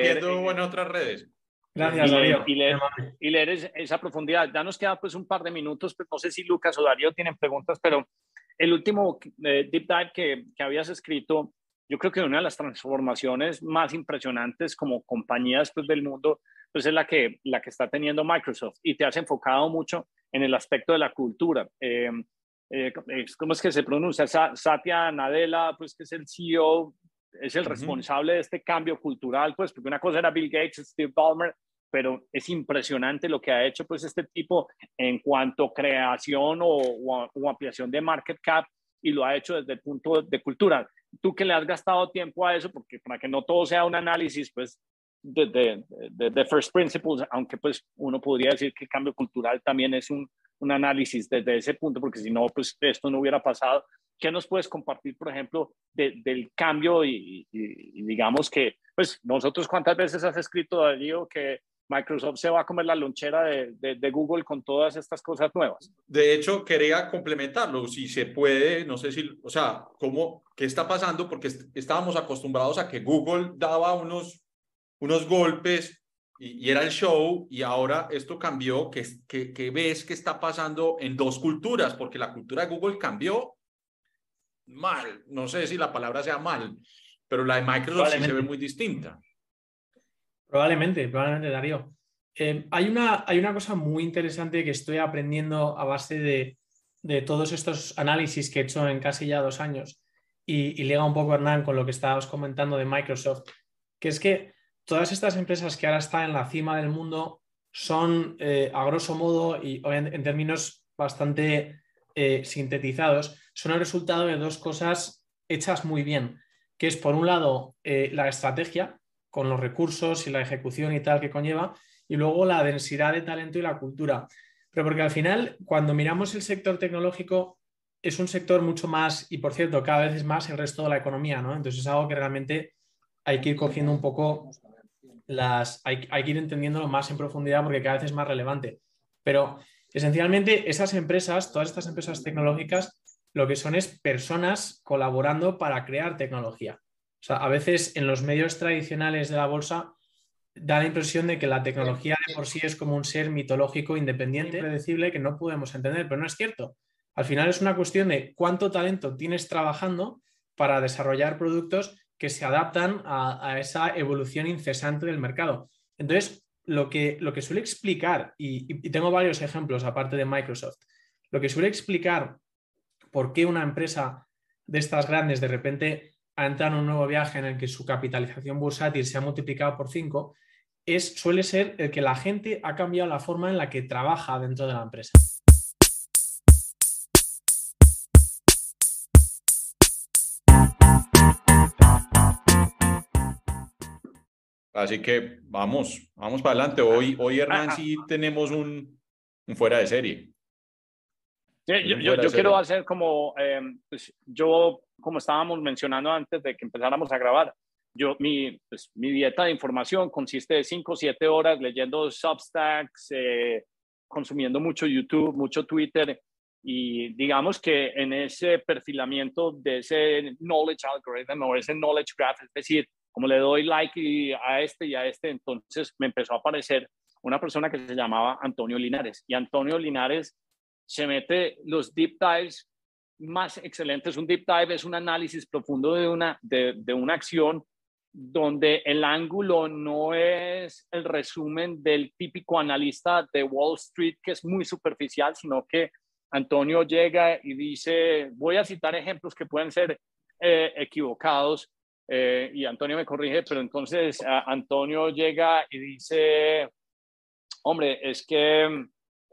rompiendo en otras redes. Gracias, Darío. Y leer esa profundidad. Ya nos queda pues un par de minutos, pues no sé si Lucas o Darío tienen preguntas, pero el último deep dive que habías escrito, yo creo que una de las transformaciones más impresionantes como compañías pues, del mundo, pues es la que está teniendo Microsoft, y te has enfocado mucho en el aspecto de la cultura. ¿Cómo es que se pronuncia? Satya Nadella, pues que es el CEO, es el responsable de este cambio cultural, pues porque una cosa era Bill Gates, Steve Ballmer, pero es impresionante lo que ha hecho pues este tipo en cuanto a creación o ampliación de market cap, y lo ha hecho desde el punto de cultura. Tú que le has gastado tiempo a eso, porque para que no todo sea un análisis pues de first principles, aunque pues uno podría decir que el cambio cultural también es un análisis desde ese punto, porque si no pues esto no hubiera pasado. ¿Qué nos puedes compartir, por ejemplo, del cambio y digamos que, pues nosotros cuántas veces has escrito, Darío, que Microsoft se va a comer la lonchera de Google con todas estas cosas nuevas? De hecho, quería complementarlo, si se puede, no sé si, o sea, ¿qué está pasando? Porque estábamos acostumbrados a que Google daba unos golpes y era el show, y ahora esto cambió. ¿Qué ves que está pasando en dos culturas? Porque la cultura de Google cambió mal, no sé si la palabra sea mal, pero la de Microsoft sí se ve muy distinta. Probablemente, Darío. Hay una cosa muy interesante que estoy aprendiendo a base de todos estos análisis que he hecho en casi ya 2 años, y liga un poco, Hernán, con lo que estabas comentando de Microsoft, que es que todas estas empresas que ahora están en la cima del mundo son, a grosso modo y en términos bastante sintetizados, son el resultado de 2 cosas hechas muy bien, que es, por un lado, la estrategia, con los recursos y la ejecución y tal que conlleva, y luego la densidad de talento y la cultura. Pero porque al final, cuando miramos el sector tecnológico, es un sector mucho más, y por cierto, cada vez es más el resto de la economía, ¿no? Entonces es algo que realmente hay que ir cogiendo un poco hay que ir entendiéndolo más en profundidad, porque cada vez es más relevante. Pero esencialmente esas empresas, todas estas empresas tecnológicas, lo que son es personas colaborando para crear tecnología. O sea, a veces en los medios tradicionales de la bolsa da la impresión de que la tecnología de por sí es como un ser mitológico, independiente, impredecible, que no podemos entender, pero no es cierto. Al final es una cuestión de cuánto talento tienes trabajando para desarrollar productos que se adaptan a esa evolución incesante del mercado. Entonces, lo que suele explicar, y tengo varios ejemplos aparte de Microsoft, lo que suele explicar por qué una empresa de estas grandes de repente ha entrado en un nuevo viaje en el que su capitalización bursátil se ha multiplicado por 5, suele ser el que la gente ha cambiado la forma en la que trabaja dentro de la empresa. Así que vamos para adelante. Hoy Hernán, sí tenemos un fuera de serie. Sí, yo quiero hacer como, pues yo, como estábamos mencionando antes de que empezáramos a grabar, mi dieta de información consiste de 5 o 7 horas leyendo Substacks, consumiendo mucho YouTube, mucho Twitter, y digamos que en ese perfilamiento de ese knowledge algorithm o ese knowledge graph, es decir, como le doy like a este y a este, entonces me empezó a aparecer una persona que se llamaba Antonio Linares, y Antonio Linares se mete los deep dives más excelentes. Un deep dive es un análisis profundo de una acción, donde el ángulo no es el resumen del típico analista de Wall Street, que es muy superficial, sino que Antonio llega y dice, voy a citar ejemplos que pueden ser equivocados, y Antonio me corrige, pero entonces Antonio llega y dice, hombre, es que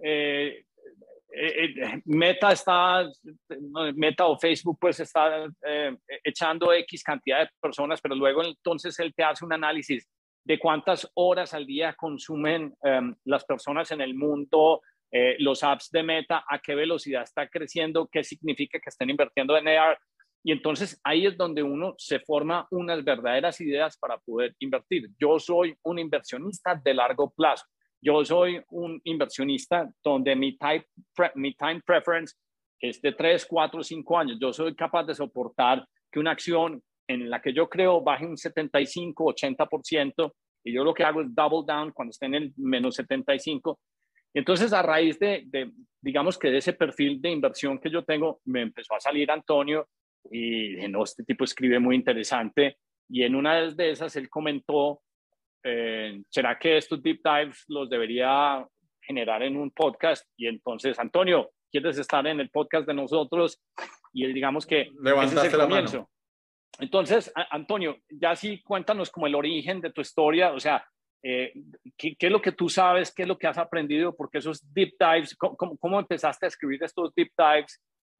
Meta o Facebook pues está echando X cantidad de personas, pero luego entonces él te hace un análisis de cuántas horas al día consumen las personas en el mundo, los apps de Meta, a qué velocidad está creciendo, qué significa que estén invirtiendo en AR. Y entonces ahí es donde uno se forma unas verdaderas ideas para poder invertir. Yo soy un inversionista de largo plazo. Yo soy un inversionista donde mi time preference es de 3, 4, 5 años. Yo soy capaz de soportar que una acción en la que yo creo baje un 75, 80%, y yo lo que hago es double down cuando esté en el menos 75. Y entonces a raíz digamos que de ese perfil de inversión que yo tengo, me empezó a salir Antonio y dije, no, este tipo escribe muy interesante. Y en una de esas él comentó, ¿será que estos deep dives los debería generar en un podcast? Y entonces, Antonio, ¿quieres estar en el podcast de nosotros? Y él, digamos que levantaste ese es el la comienzo. mano. Entonces, Antonio, ya sí cuéntanos como el origen de tu historia, o sea, ¿qué es lo que tú sabes? ¿Qué es lo que has aprendido? Porque esos deep dives, ¿cómo empezaste a escribir estos deep dives?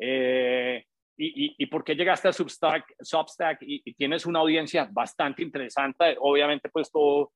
¿Y por qué llegaste a Substack y tienes una audiencia bastante interesante? Obviamente, pues todo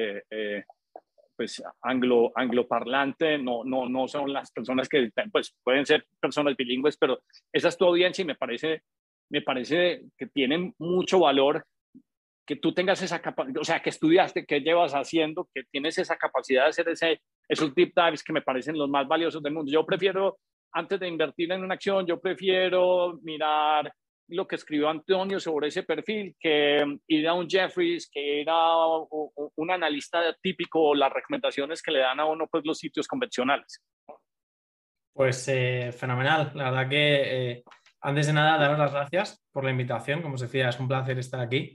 pues, angloparlante, no son las personas que pues, pueden ser personas bilingües, pero esa es tu audiencia y me parece que tiene mucho valor que tú tengas esa capacidad, o sea, que estudiaste, que llevas haciendo, que tienes esa capacidad de hacer esos deep dives que me parecen los más valiosos del mundo. Yo prefiero, antes de invertir en una acción, yo prefiero mirar lo que escribió Antonio sobre ese perfil, que ir a un Jeffries, que ir a un analista típico, o las recomendaciones que le dan a uno, pues los sitios convencionales. Pues fenomenal. La verdad que antes de nada, daros las gracias por la invitación. Como os decía, es un placer estar aquí.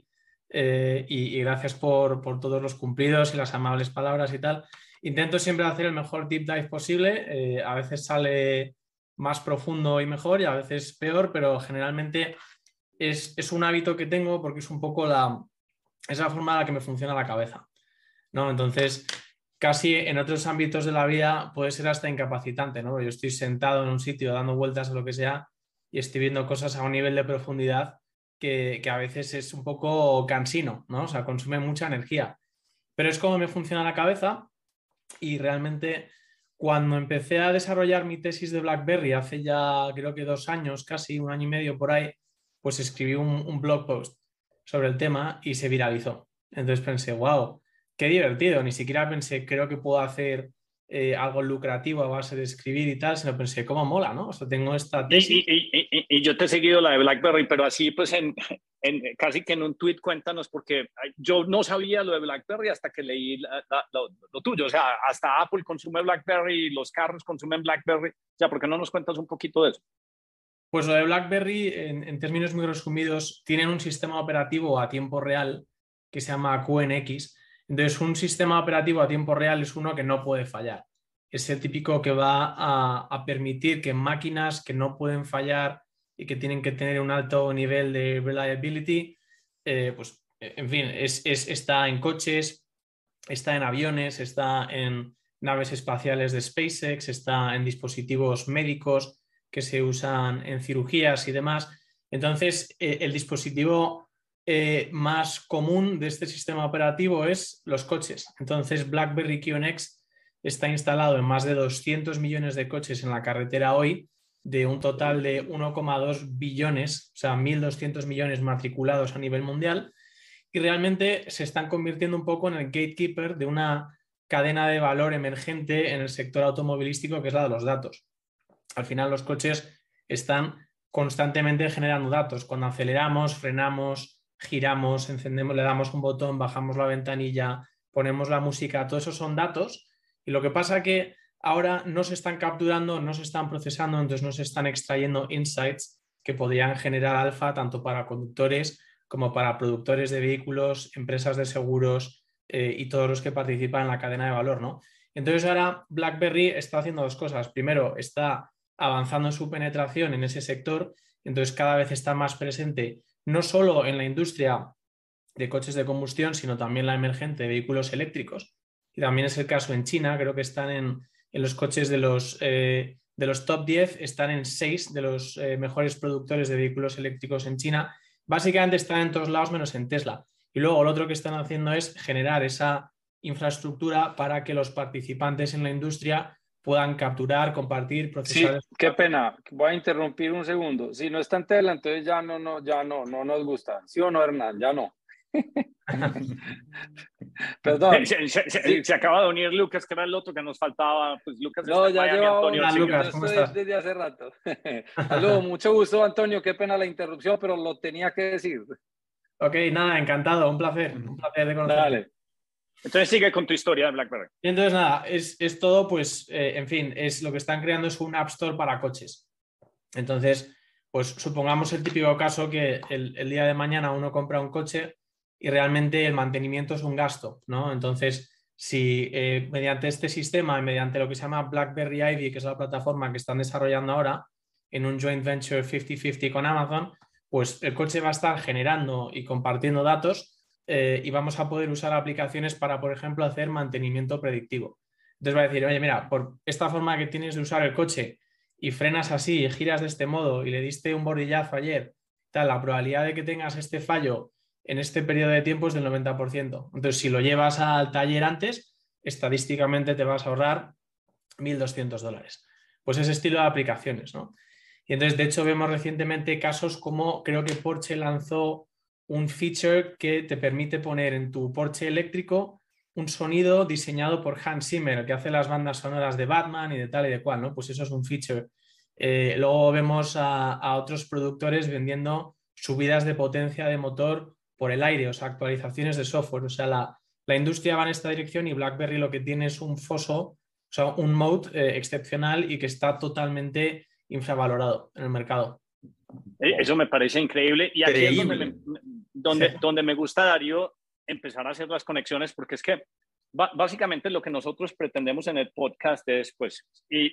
Y gracias por todos los cumplidos y las amables palabras y tal. Intento siempre hacer el mejor deep dive posible. A veces sale más profundo y mejor y a veces peor, pero generalmente es un hábito que tengo porque es un poco es la forma en la que me funciona la cabeza, ¿no? Entonces, casi en otros ámbitos de la vida puede ser hasta incapacitante, ¿no? Yo estoy sentado en un sitio dando vueltas a lo que sea y estoy viendo cosas a un nivel de profundidad que a veces es un poco cansino, ¿no? O sea, consume mucha energía. Pero es como me funciona la cabeza y realmente cuando empecé a desarrollar mi tesis de BlackBerry hace ya creo que 2 años, casi 1 año y medio por ahí, pues escribí un blog post sobre el tema y se viralizó. Entonces pensé, wow, qué divertido. Ni siquiera pensé, creo que puedo hacer algo lucrativo a base de escribir y tal, sino pensé, cómo mola, ¿no? O sea, tengo esta tesis. Y yo te he seguido la de BlackBerry, pero así pues casi que en un tweet cuéntanos, porque yo no sabía lo de BlackBerry hasta que leí lo tuyo. O sea, hasta Apple consume BlackBerry, los carros consumen BlackBerry. O sea, ¿por qué no nos cuentas un poquito de eso? Pues lo de BlackBerry, en términos muy resumidos, tienen un sistema operativo a tiempo real que se llama QNX. Entonces, un sistema operativo a tiempo real es uno que no puede fallar. Es el típico que va a permitir que máquinas que no pueden fallar y que tienen que tener un alto nivel de reliability, pues, en fin, está en coches, está en aviones, está en naves espaciales de SpaceX, está en dispositivos médicos que se usan en cirugías y demás. Entonces, el dispositivo más común de este sistema operativo es los coches. Entonces, BlackBerry QNX está instalado en más de 200 millones de coches en la carretera hoy, de un total de 1,2 billones, o sea, 1.200 millones matriculados a nivel mundial, y realmente se están convirtiendo un poco en el gatekeeper de una cadena de valor emergente en el sector automovilístico, que es la de los datos. Al final los coches están constantemente generando datos. Cuando aceleramos, frenamos, giramos, encendemos, le damos un botón, bajamos la ventanilla, ponemos la música, todo eso son datos. Y lo que pasa es que ahora no se están capturando, no se están procesando, entonces no se están extrayendo insights que podrían generar alfa tanto para conductores como para productores de vehículos, empresas de seguros y todos los que participan en la cadena de valor, ¿no? Entonces ahora BlackBerry está haciendo 2 cosas. Primero, está avanzando en su penetración en ese sector, entonces cada vez está más presente no solo en la industria de coches de combustión, sino también la emergente de vehículos eléctricos. Y también es el caso en China, creo que están en los coches de los top 10, están en 6 de los mejores productores de vehículos eléctricos en China. Básicamente están en todos lados menos en Tesla. Y luego lo otro que están haciendo es generar esa infraestructura para que los participantes en la industria puedan capturar, compartir, procesar. Sí, qué pena. Voy a interrumpir un segundo. Si no está en Tesla, entonces ya no nos gusta. ¿Sí o no, Hernán? Ya no. Perdón. Se acaba de unir Lucas, que era el otro que nos faltaba. Pues Lucas no, está ya en Miami, Antonio. Hola, Lucas, ¿cómo estás? Desde hace rato. Saludos, mucho gusto, Antonio. Qué pena la interrupción, pero lo tenía que decir. Ok, nada, encantado, un placer de conocerte. Dale. Entonces sigue con tu historia de BlackBerry. Entonces, nada, es todo, pues, en fin, es lo que están creando es un App Store para coches. Entonces, pues supongamos el típico caso que el día de mañana uno compra un coche y realmente el mantenimiento es un gasto, ¿no? Entonces, si mediante este sistema, mediante lo que se llama BlackBerry Ivy, que es la plataforma que están desarrollando ahora en un joint venture 50-50 con Amazon, pues el coche va a estar generando y compartiendo datos y vamos a poder usar aplicaciones para, por ejemplo, hacer mantenimiento predictivo. Entonces va a decir, oye, mira, por esta forma que tienes de usar el coche y frenas así y giras de este modo y le diste un bordillazo ayer, tal, la probabilidad de que tengas este fallo en este periodo de tiempo es del 90%. Entonces, si lo llevas al taller antes, estadísticamente te vas a ahorrar $1.200. Pues ese estilo de aplicaciones, ¿no? Y entonces, de hecho, vemos recientemente casos como creo que Porsche lanzó un feature que te permite poner en tu Porsche eléctrico un sonido diseñado por Hans Zimmer, que hace las bandas sonoras de Batman y de tal y de cual, ¿no? Pues eso es un feature. Luego vemos a otros productores vendiendo subidas de potencia de motor por el aire, o sea, actualizaciones de software. O sea, la industria va en esta dirección y BlackBerry lo que tiene es un foso, o sea, un moat excepcional y que está totalmente infravalorado en el mercado. Eso me parece increíble. Y aquí Increíble. es donde me gusta, Darío, empezar a hacer las conexiones, porque es que básicamente lo que nosotros pretendemos en el podcast es, pues,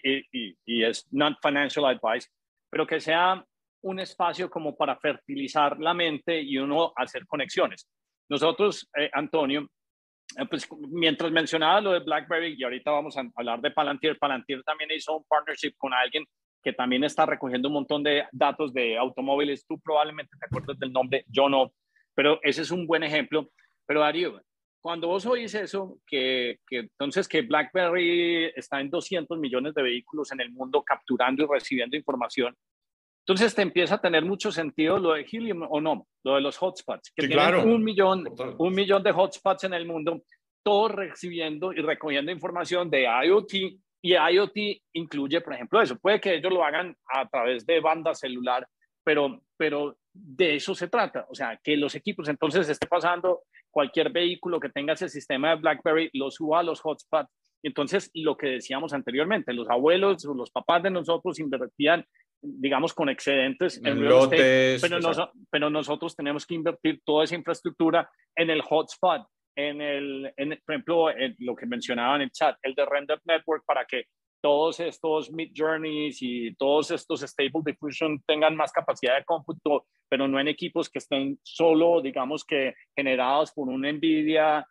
y es not financial advice, pero que sea un espacio como para fertilizar la mente y uno hacer conexiones. Nosotros, Antonio, pues mientras mencionaba lo de BlackBerry y ahorita vamos a hablar de Palantir, Palantir también hizo un partnership con alguien que también está recogiendo un montón de datos de automóviles. Tú probablemente te acuerdas del nombre, yo no, pero ese es un buen ejemplo. Pero Darío, cuando vos oís eso, entonces que BlackBerry está en 200 millones de vehículos en el mundo capturando y recibiendo información, entonces te empieza a tener mucho sentido lo de Helium o no, lo de los hotspots, que Sí, tienen claro. un millón de hotspots en el mundo, todos recibiendo y recogiendo información de IoT, y IoT incluye, por ejemplo, eso. Puede que ellos lo hagan a través de banda celular, pero de eso se trata. O sea, que los equipos entonces esté pasando cualquier vehículo que tenga ese sistema de BlackBerry, lo suba a los hotspots. Y entonces, lo que decíamos anteriormente, los abuelos o los papás de nosotros invertían, digamos, con excedentes en real estate, pero nosotros tenemos que invertir toda esa infraestructura en el hotspot, por ejemplo, en lo que mencionaba en el chat, el de Render Network, para que todos estos Midjourneys y todos estos Stable Diffusion tengan más capacidad de cómputo, pero no en equipos que estén solo, digamos, que generados por un NVIDIA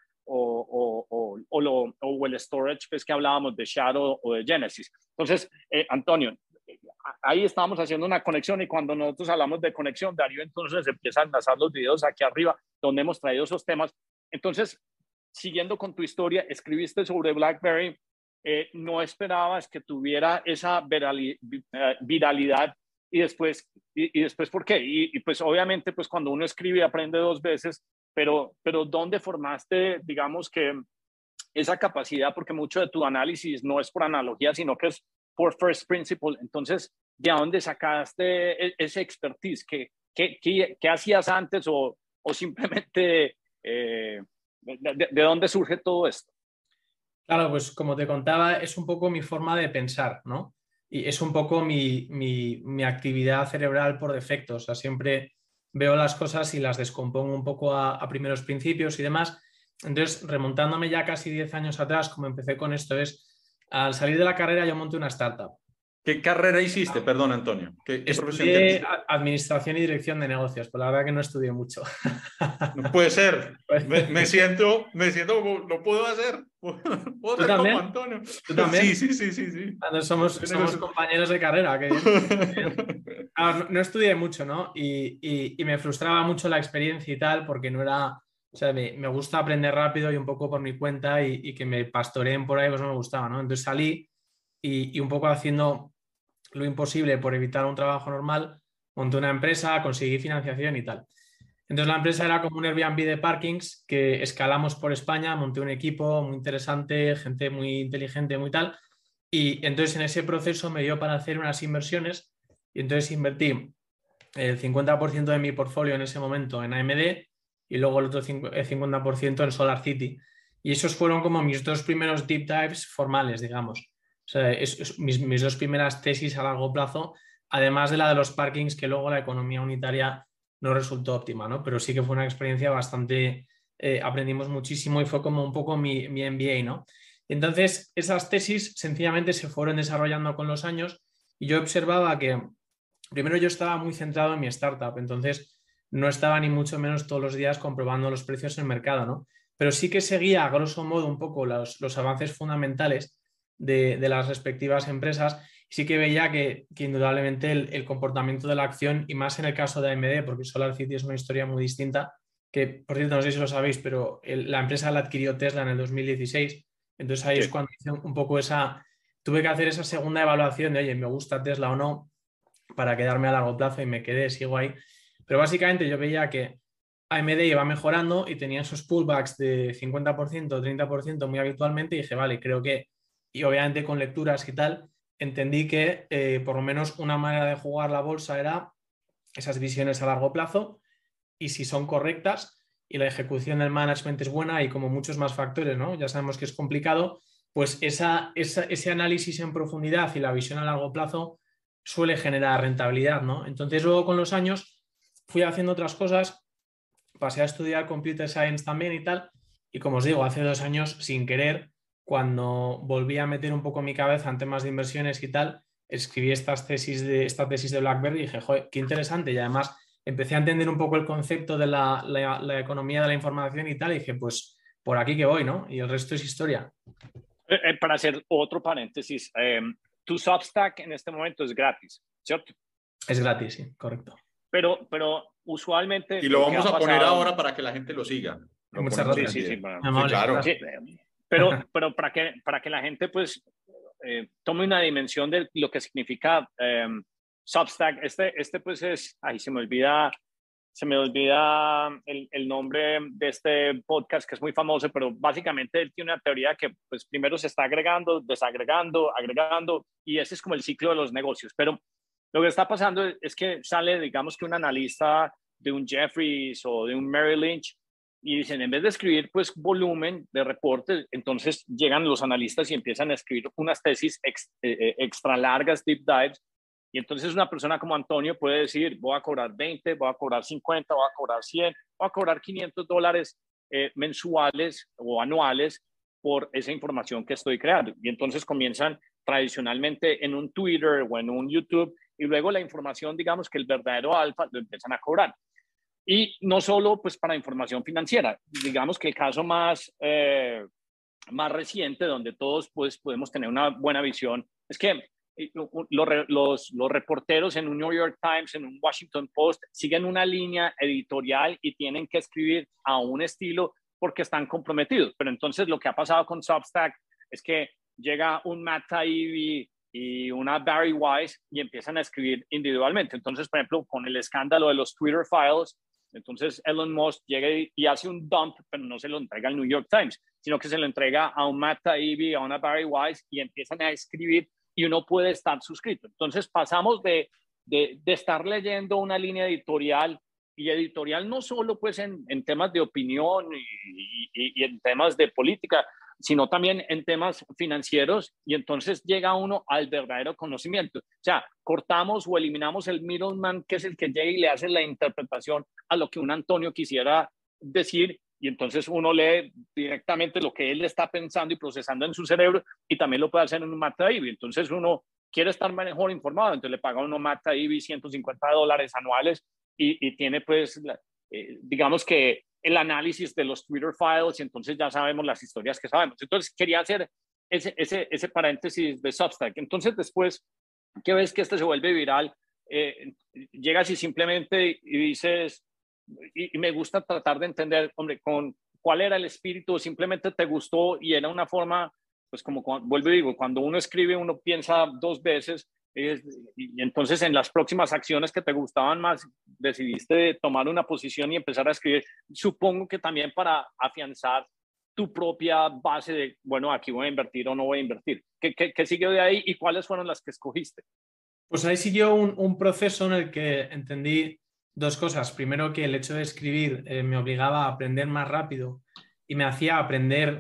o el storage, pues, que hablábamos de Shadow o de Genesis. Entonces, Antonio, ahí estábamos haciendo una conexión, y cuando nosotros hablamos de conexión, Darío entonces empieza a enlazar los videos aquí arriba donde hemos traído esos temas. Entonces, siguiendo con tu historia, escribiste sobre BlackBerry, no esperabas que tuviera esa viralidad, y después ¿por qué? Y pues obviamente, pues cuando uno escribe aprende dos veces, pero ¿dónde formaste, digamos, que esa capacidad? Porque mucho de tu análisis no es por analogía, sino que es por first principle. Entonces, ¿de dónde sacaste ese expertise? ¿Qué hacías antes o simplemente de dónde surge todo esto? Claro, pues como te contaba, es un poco mi forma de pensar, ¿no? Y es un poco mi actividad cerebral por defecto. O sea, siempre veo las cosas y las descompongo un poco a primeros principios y demás. Entonces, remontándome ya casi 10 años atrás, como empecé con esto, al salir de la carrera yo monté una startup. ¿Qué carrera hiciste? Perdón, Antonio. ¿Qué profesión Estudié tienes? administración y dirección de negocios, pues la verdad que no estudié mucho. No puede ser. Me siento como, lo puedo hacer. ¿Puedo ¿Tú ser también? como Antonio? ¿Tú también? Sí. Somos compañeros de carrera. No estudié mucho, ¿no? Y me frustraba mucho la experiencia y tal, porque no era... O sea, me gusta aprender rápido y un poco por mi cuenta, y que me pastoreen por ahí, pues no me gustaba, ¿no? Entonces salí y un poco haciendo lo imposible por evitar un trabajo normal, monté una empresa, conseguí financiación y tal. Entonces la empresa era como un Airbnb de parkings que escalamos por España, monté un equipo muy interesante, gente muy inteligente, muy tal, y entonces en ese proceso me dio para hacer unas inversiones, y entonces invertí el 50% de mi portfolio en ese momento en AMD y luego el otro 50% en SolarCity. Y esos fueron como mis dos primeros deep dives formales, digamos. O sea, mis dos primeras tesis a largo plazo, además de la de los parkings, que luego la economía unitaria no resultó óptima, ¿no? Pero sí que fue una experiencia bastante, aprendimos muchísimo y fue como un poco mi MBA, ¿no? Entonces, esas tesis sencillamente se fueron desarrollando con los años y yo observaba que, primero, yo estaba muy centrado en mi startup, entonces no estaba ni mucho menos todos los días comprobando los precios en el mercado, ¿no? Pero sí que seguía a grosso modo un poco los avances fundamentales de las respectivas empresas. Sí que veía que indudablemente el comportamiento de la acción, y más en el caso de AMD, porque SolarCity es una historia muy distinta, que por cierto, no sé si lo sabéis, pero la empresa la adquirió Tesla en el 2016, entonces ahí es cuando hice un poco tuve que hacer esa segunda evaluación de, oye, ¿me gusta Tesla o no? Para quedarme a largo plazo, y me quedé, sigo ahí. Pero básicamente yo veía que AMD iba mejorando y tenía esos pullbacks de 50%, 30% muy habitualmente, y dije, vale, creo que, y obviamente con lecturas y tal, entendí que por lo menos una manera de jugar la bolsa era esas visiones a largo plazo, y si son correctas y la ejecución del management es buena y como muchos más factores, ¿no? Ya sabemos que es complicado, pues ese análisis en profundidad y la visión a largo plazo suele generar rentabilidad, ¿no? Entonces luego con los años fui haciendo otras cosas, pasé a estudiar Computer Science también y tal, y como os digo, hace 2 años, sin querer, cuando volví a meter un poco mi cabeza en temas de inversiones y tal, escribí esta tesis de BlackBerry y dije, joder, qué interesante, y además empecé a entender un poco el concepto de la economía de la información y tal, y dije, pues por aquí que voy, ¿no? Y el resto es historia. Para hacer otro paréntesis, tu Substack en este momento es gratis, ¿cierto? Es gratis, sí, correcto. Pero usualmente Y lo que vamos ha a poner pasado, ahora para que la gente lo siga. Lo Muchas ponemos gracias. en el sí, video. bueno, Sí, Amable, claro. gracias. sí, pero para que la gente pues tome una dimensión de lo que significa Substack, este pues es, ay, se me olvida el nombre de este podcast que es muy famoso, pero básicamente él tiene una teoría que pues primero se está agregando, desagregando, agregando, y ese es como el ciclo de los negocios. Pero lo que está pasando es que sale, digamos que un analista de un Jefferies o de un Merrill Lynch y dicen, en vez de escribir pues volumen de reportes, entonces llegan los analistas y empiezan a escribir unas tesis extra largas, deep dives, y entonces una persona como Antonio puede decir, voy a cobrar 20, voy a cobrar 50, voy a cobrar 100, voy a cobrar $500 mensuales o anuales por esa información que estoy creando. Y entonces comienzan tradicionalmente en un Twitter o en un YouTube, y luego la información, digamos que el verdadero alfa, lo empiezan a cobrar. Y no solo pues para información financiera, digamos que el caso más reciente, donde todos pues podemos tener una buena visión, es que los reporteros en un New York Times, en un Washington Post, siguen una línea editorial y tienen que escribir a un estilo porque están comprometidos. Pero entonces lo que ha pasado con Substack es que llega un Matt Taibbi y una Barry Weiss y empiezan a escribir individualmente. Entonces, por ejemplo, con el escándalo de los Twitter Files, entonces Elon Musk llega y hace un dump, pero no se lo entrega al New York Times, sino que se lo entrega a un Matt Taibbi, a una Barry Weiss, y empiezan a escribir y uno puede estar suscrito. Entonces pasamos de estar leyendo una línea editorial, y editorial no solo pues en temas de opinión y en temas de política, sino también en temas financieros, y entonces llega uno al verdadero conocimiento. O sea, cortamos o eliminamos el middleman, que es el que llega y le hace la interpretación a lo que un Antonio quisiera decir, y entonces uno lee directamente lo que él está pensando y procesando en su cerebro, y también lo puede hacer en un Matt Taibbi. Entonces uno quiere estar mejor informado, entonces le paga a uno Matt Taibbi $150 anuales, y tiene pues, digamos que el análisis de los Twitter Files, y entonces ya sabemos las historias que sabemos. Entonces quería hacer ese paréntesis de Substack. Entonces después que ves que este se vuelve viral, llegas y simplemente y dices, y me gusta tratar de entender, hombre, con cuál era el espíritu, simplemente te gustó y era una forma, pues como vuelvo y digo, cuando uno escribe uno piensa dos veces, y entonces en las próximas acciones que te gustaban más decidiste tomar una posición y empezar a escribir, supongo que también para afianzar tu propia base de, bueno, aquí voy a invertir o no voy a invertir. ¿Qué siguió de ahí y cuáles fueron las que escogiste? Pues ahí siguió un proceso en el que entendí dos cosas. Primero, que el hecho de escribir me obligaba a aprender más rápido y me hacía aprender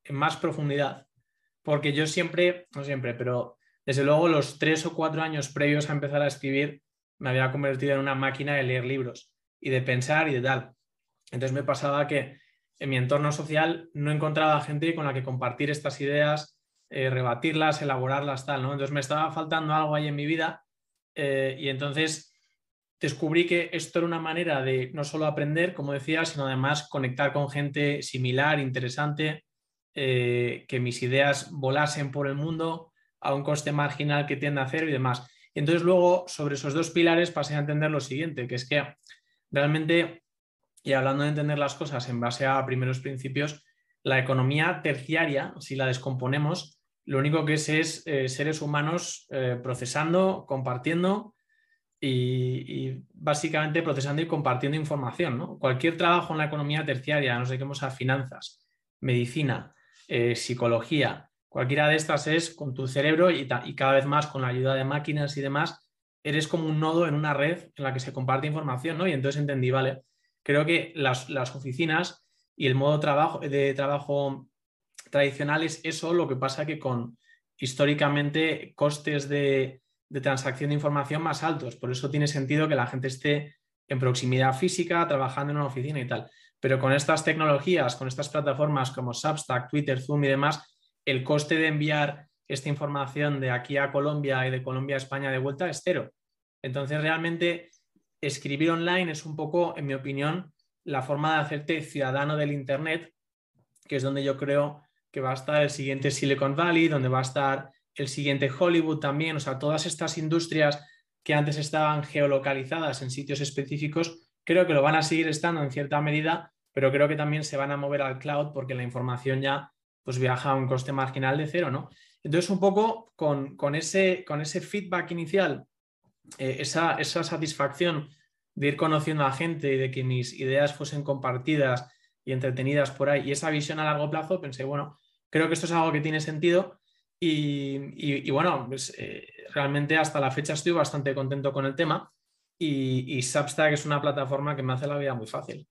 en más profundidad, porque yo siempre, no siempre, pero desde luego los 3 o 4 años previos a empezar a escribir me había convertido en una máquina de leer libros y de pensar y de tal. Entonces me pasaba que en mi entorno social no encontraba gente con la que compartir estas ideas, rebatirlas, elaborarlas, tal, ¿no? Entonces me estaba faltando algo ahí en mi vida y entonces descubrí que esto era una manera de no solo aprender, como decía, sino además conectar con gente similar, interesante, que mis ideas volasen por el mundo a un coste marginal que tiende a cero y demás. Y entonces luego sobre esos dos pilares pasé a entender lo siguiente, que es que realmente, y hablando de entender las cosas en base a primeros principios, la economía terciaria, si la descomponemos, lo único que es seres humanos procesando, compartiendo y básicamente procesando y compartiendo información, ¿no? Cualquier trabajo en la economía terciaria, nos dediquemos a finanzas, medicina, psicología, cualquiera de estas es con tu cerebro y cada vez más con la ayuda de máquinas y demás, eres como un nodo en una red en la que se comparte información, ¿no? Y entonces entendí, vale, creo que las oficinas y el modo de trabajo tradicional es eso, lo que pasa que con históricamente costes de transacción de información más altos. Por eso tiene sentido que la gente esté en proximidad física, trabajando en una oficina y tal. Pero con estas tecnologías, con estas plataformas como Substack, Twitter, Zoom y demás, el coste de enviar esta información de aquí a Colombia y de Colombia a España de vuelta es cero. Entonces, realmente, escribir online es un poco, en mi opinión, la forma de hacerte ciudadano del Internet, que es donde yo creo que va a estar el siguiente Silicon Valley, donde va a estar el siguiente Hollywood también. O sea, todas estas industrias que antes estaban geolocalizadas en sitios específicos, creo que lo van a seguir estando en cierta medida, pero creo que también se van a mover al cloud porque la información ya pues viaja a un coste marginal de cero, ¿no? Entonces, un poco con ese feedback inicial, esa satisfacción de ir conociendo a gente y de que mis ideas fuesen compartidas y entretenidas por ahí, y esa visión a largo plazo, pensé, bueno, creo que esto es algo que tiene sentido y bueno, pues, realmente hasta la fecha estoy bastante contento con el tema y Substack es una plataforma que me hace la vida muy fácil.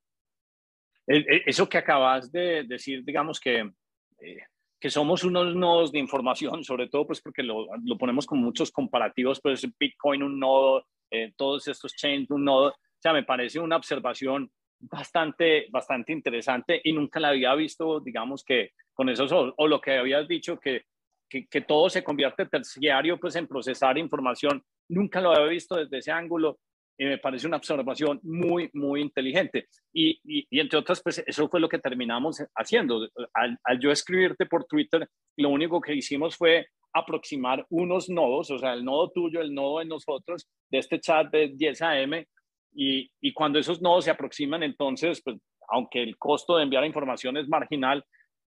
Eso que acabas de decir, digamos que somos unos nodos de información, sobre todo pues porque lo ponemos con muchos comparativos, pues Bitcoin un nodo, todos estos chains un nodo, o sea, me parece una observación bastante interesante y nunca la había visto, digamos que con eso, o lo que habías dicho, que todo se convierte terciario pues en procesar información, nunca lo había visto desde ese ángulo. Y me parece una observación muy inteligente. Y entre otras, pues eso fue lo que terminamos haciendo. Al yo escribirte por Twitter, lo único que hicimos fue aproximar unos nodos, o sea, el nodo tuyo, el nodo de nosotros, de este chat de 10 AM, y cuando esos nodos se aproximan, entonces, pues, aunque el costo de enviar información es marginal,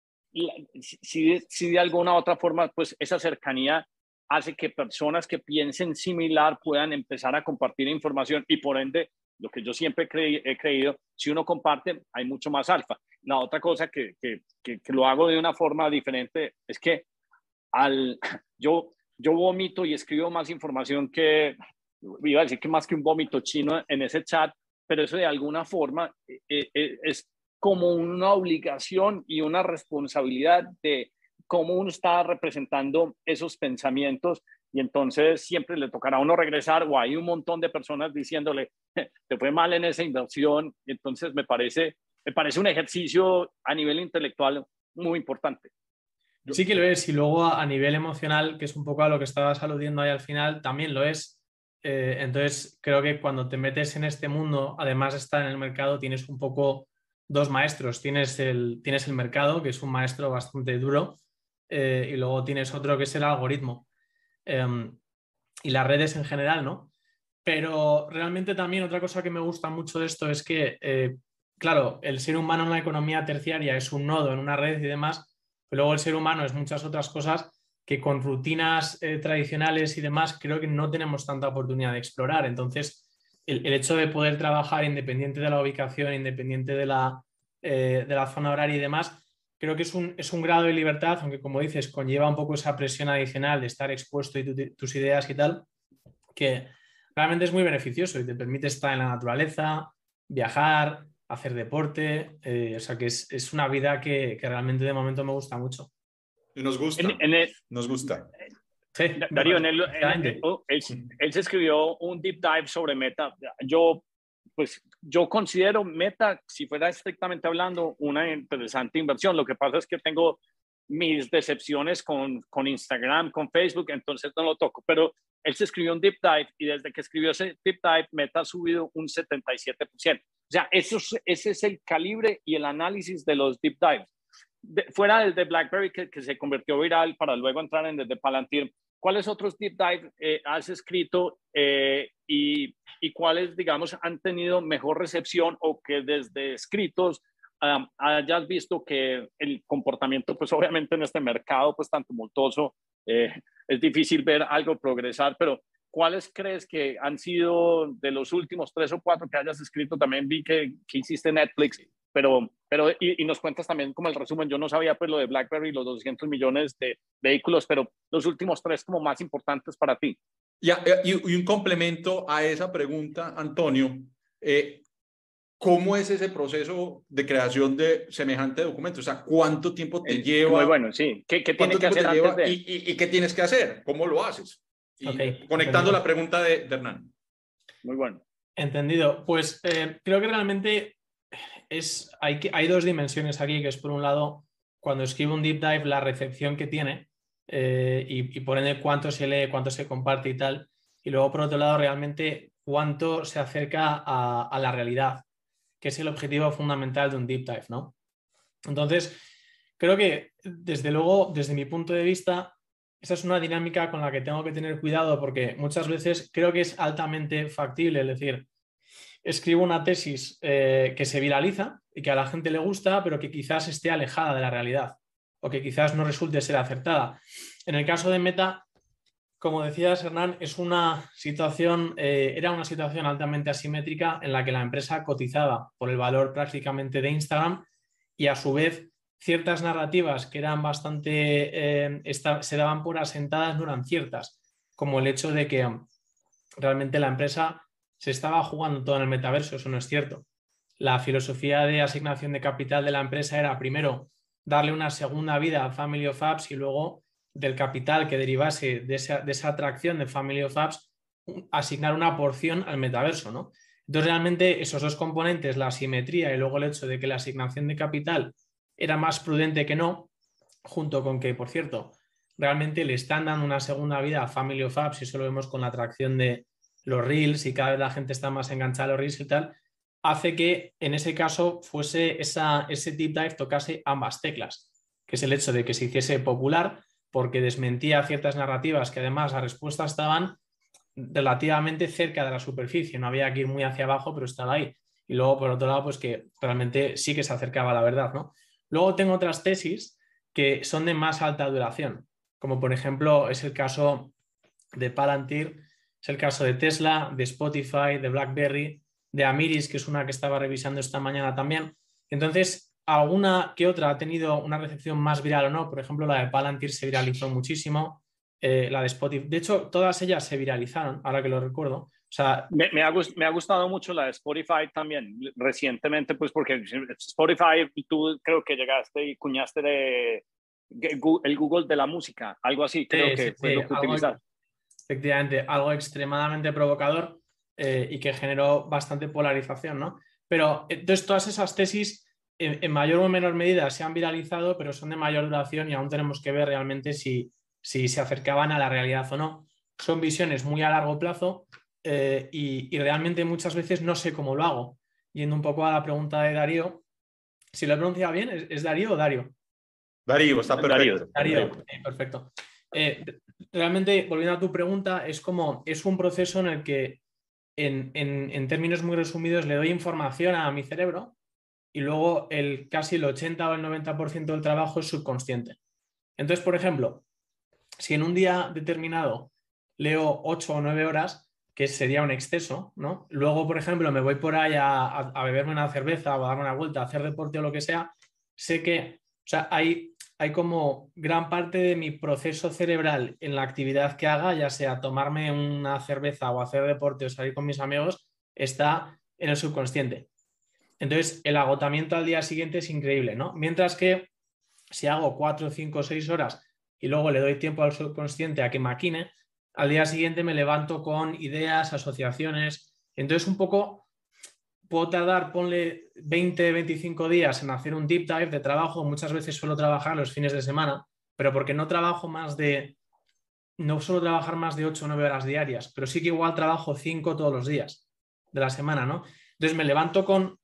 si de alguna u otra forma, pues esa cercanía hace que personas que piensen similar puedan empezar a compartir información y por ende, lo que yo siempre he creído, si uno comparte, hay mucho más alfa. La otra cosa que lo hago de una forma diferente es que yo vomito y escribo más información que, iba a decir que más que un vómito chino en ese chat, pero eso de alguna forma es como una obligación y una responsabilidad de cómo uno está representando esos pensamientos y entonces siempre le tocará a uno regresar o hay un montón de personas diciéndole te fue mal en esa inversión y entonces me parece un ejercicio a nivel intelectual muy importante. Sí que lo es y luego a nivel emocional, que es un poco a lo que estabas aludiendo ahí al final, también lo es. Entonces creo que cuando te metes en este mundo, además de estar en el mercado, tienes un poco dos maestros. Tienes el mercado, que es un maestro bastante duro, y luego tienes otro que es el algoritmo y las redes en general, ¿no? Pero realmente también otra cosa que me gusta mucho de esto es que, claro, el ser humano en la economía terciaria es un nodo en una red y demás, pero luego el ser humano es muchas otras cosas que con rutinas tradicionales y demás creo que no tenemos tanta oportunidad de explorar. Entonces, el hecho de poder trabajar independiente de la ubicación, independiente de la zona horaria y demás, creo que es un grado de libertad, aunque como dices, conlleva un poco esa presión adicional de estar expuesto y tus ideas y tal, que realmente es muy beneficioso y te permite estar en la naturaleza, viajar, hacer deporte, o sea que es una vida que realmente de momento me gusta mucho. Y nos gusta, nos gusta. Sí, Darío, efectivamente. él se escribió un deep dive sobre Meta. Yo considero Meta, si fuera estrictamente hablando, una interesante inversión. Lo que pasa es que tengo mis decepciones con Instagram, con Facebook, entonces no lo toco. Pero él se escribió un deep dive y desde que escribió ese deep dive, Meta ha subido un 77%. O sea, ese es el calibre y el análisis de los deep dives. Fuera del de BlackBerry, que se convirtió viral para luego entrar en el de Palantir, ¿cuáles otros deep dive has escrito y cuáles, digamos, han tenido mejor recepción o que desde escritos hayas visto que el comportamiento, pues obviamente en este mercado pues tan tumultuoso, es difícil ver algo progresar, pero ¿cuáles crees que han sido de los últimos 3 o 4 que hayas escrito? También vi que hiciste Netflix, pero y nos cuentas también como el resumen. Yo no sabía pues lo de BlackBerry, los 200 millones de vehículos, pero los últimos 3 como más importantes para ti. Y un complemento a esa pregunta, Antonio, ¿cómo es ese proceso de creación de semejante documento? O sea, ¿cuánto tiempo te lleva? Muy bueno, sí. ¿Qué tienes que hacer lleva antes de? ¿Y qué tienes que hacer? ¿Cómo lo haces? Y conectando entendido. la pregunta de Hernán. Muy bueno. Entendido. Pues creo que realmente hay 2 dimensiones aquí, que es por un lado, cuando escribo un deep dive, la recepción que tiene y por ende cuánto se lee, cuánto se comparte y tal. Y luego, por otro lado, realmente cuánto se acerca a la realidad, que es el objetivo fundamental de un deep dive, ¿no? Entonces, creo que, desde luego, desde mi punto de vista, esa es una dinámica con la que tengo que tener cuidado, porque muchas veces creo que es altamente factible, es decir, escribo una tesis que se viraliza y que a la gente le gusta, pero que quizás esté alejada de la realidad o que quizás no resulte ser acertada. En el caso de Meta, como decías, Hernán, era una situación altamente asimétrica en la que la empresa cotizaba por el valor prácticamente de Instagram y a su vez ciertas narrativas que eran bastante, se daban por asentadas, no eran ciertas, como el hecho de que realmente la empresa se estaba jugando todo en el metaverso. Eso no es cierto. La filosofía de asignación de capital de la empresa era, primero, darle una segunda vida a Family of Apps y luego, del capital que derivase de esa atracción de Family of Apps, asignar una porción al metaverso, ¿no? Entonces, realmente, esos 2 componentes, la asimetría y luego el hecho de que la asignación de capital era más prudente que no, junto con que, por cierto, realmente le están dando una segunda vida a Family of Apps, y eso lo vemos con la atracción de los Reels y cada vez la gente está más enganchada a los Reels y tal, hace que en ese caso fuese ese deep dive tocase ambas teclas, que es el hecho de que se hiciese popular porque desmentía ciertas narrativas que además las respuestas estaban relativamente cerca de la superficie, no había que ir muy hacia abajo, pero estaba ahí. Y luego, por otro lado, pues que realmente sí que se acercaba a la verdad, ¿no? Luego tengo otras tesis que son de más alta duración, como por ejemplo es el caso de Palantir, es el caso de Tesla, de Spotify, de BlackBerry, de Amiris, que es una que estaba revisando esta mañana también. Entonces, alguna que otra ha tenido una recepción más viral o no. Por ejemplo, la de Palantir se viralizó muchísimo, la de Spotify. De hecho, todas ellas se viralizaron, ahora que lo recuerdo. O sea, me ha gustado mucho la de Spotify también, recientemente, pues porque Spotify, tú creo que llegaste y cuñaste de el Google de la música, algo así, creo que fue lo que utilizaste. Efectivamente, algo extremadamente provocador y que generó bastante polarización, ¿no? Pero entonces todas esas tesis en mayor o menor medida se han viralizado, pero son de mayor duración y aún tenemos que ver realmente si se acercaban a la realidad o no. Son visiones muy a largo plazo y realmente muchas veces no sé cómo lo hago. Yendo un poco a la pregunta de Darío, si lo he pronunciado bien, ¿es Darío o Dario? Darío, está perfecto. Darío, perfecto. Realmente, volviendo a tu pregunta, es un proceso en el que, en términos muy resumidos, le doy información a mi cerebro y luego casi el 80 o el 90% del trabajo es subconsciente. Entonces, por ejemplo, si en un día determinado leo 8 o 9 horas, que sería un exceso, ¿no? Luego, por ejemplo, me voy por ahí a beberme una cerveza o a darme una vuelta, a hacer deporte o lo que sea, sé que, o sea, hay como gran parte de mi proceso cerebral en la actividad que haga, ya sea tomarme una cerveza o hacer deporte o salir con mis amigos, está en el subconsciente. Entonces, el agotamiento al día siguiente es increíble, ¿no? Mientras que si hago 4, 5, 6 horas y luego le doy tiempo al subconsciente a que maquine, al día siguiente me levanto con ideas, asociaciones. Entonces, un poco puedo tardar, ponle 20, 25 días en hacer un deep dive de trabajo. Muchas veces suelo trabajar los fines de semana, pero porque no suelo trabajar más de 8 o 9 horas diarias, pero sí que igual trabajo 5 todos los días de la semana, ¿no? Entonces me levanto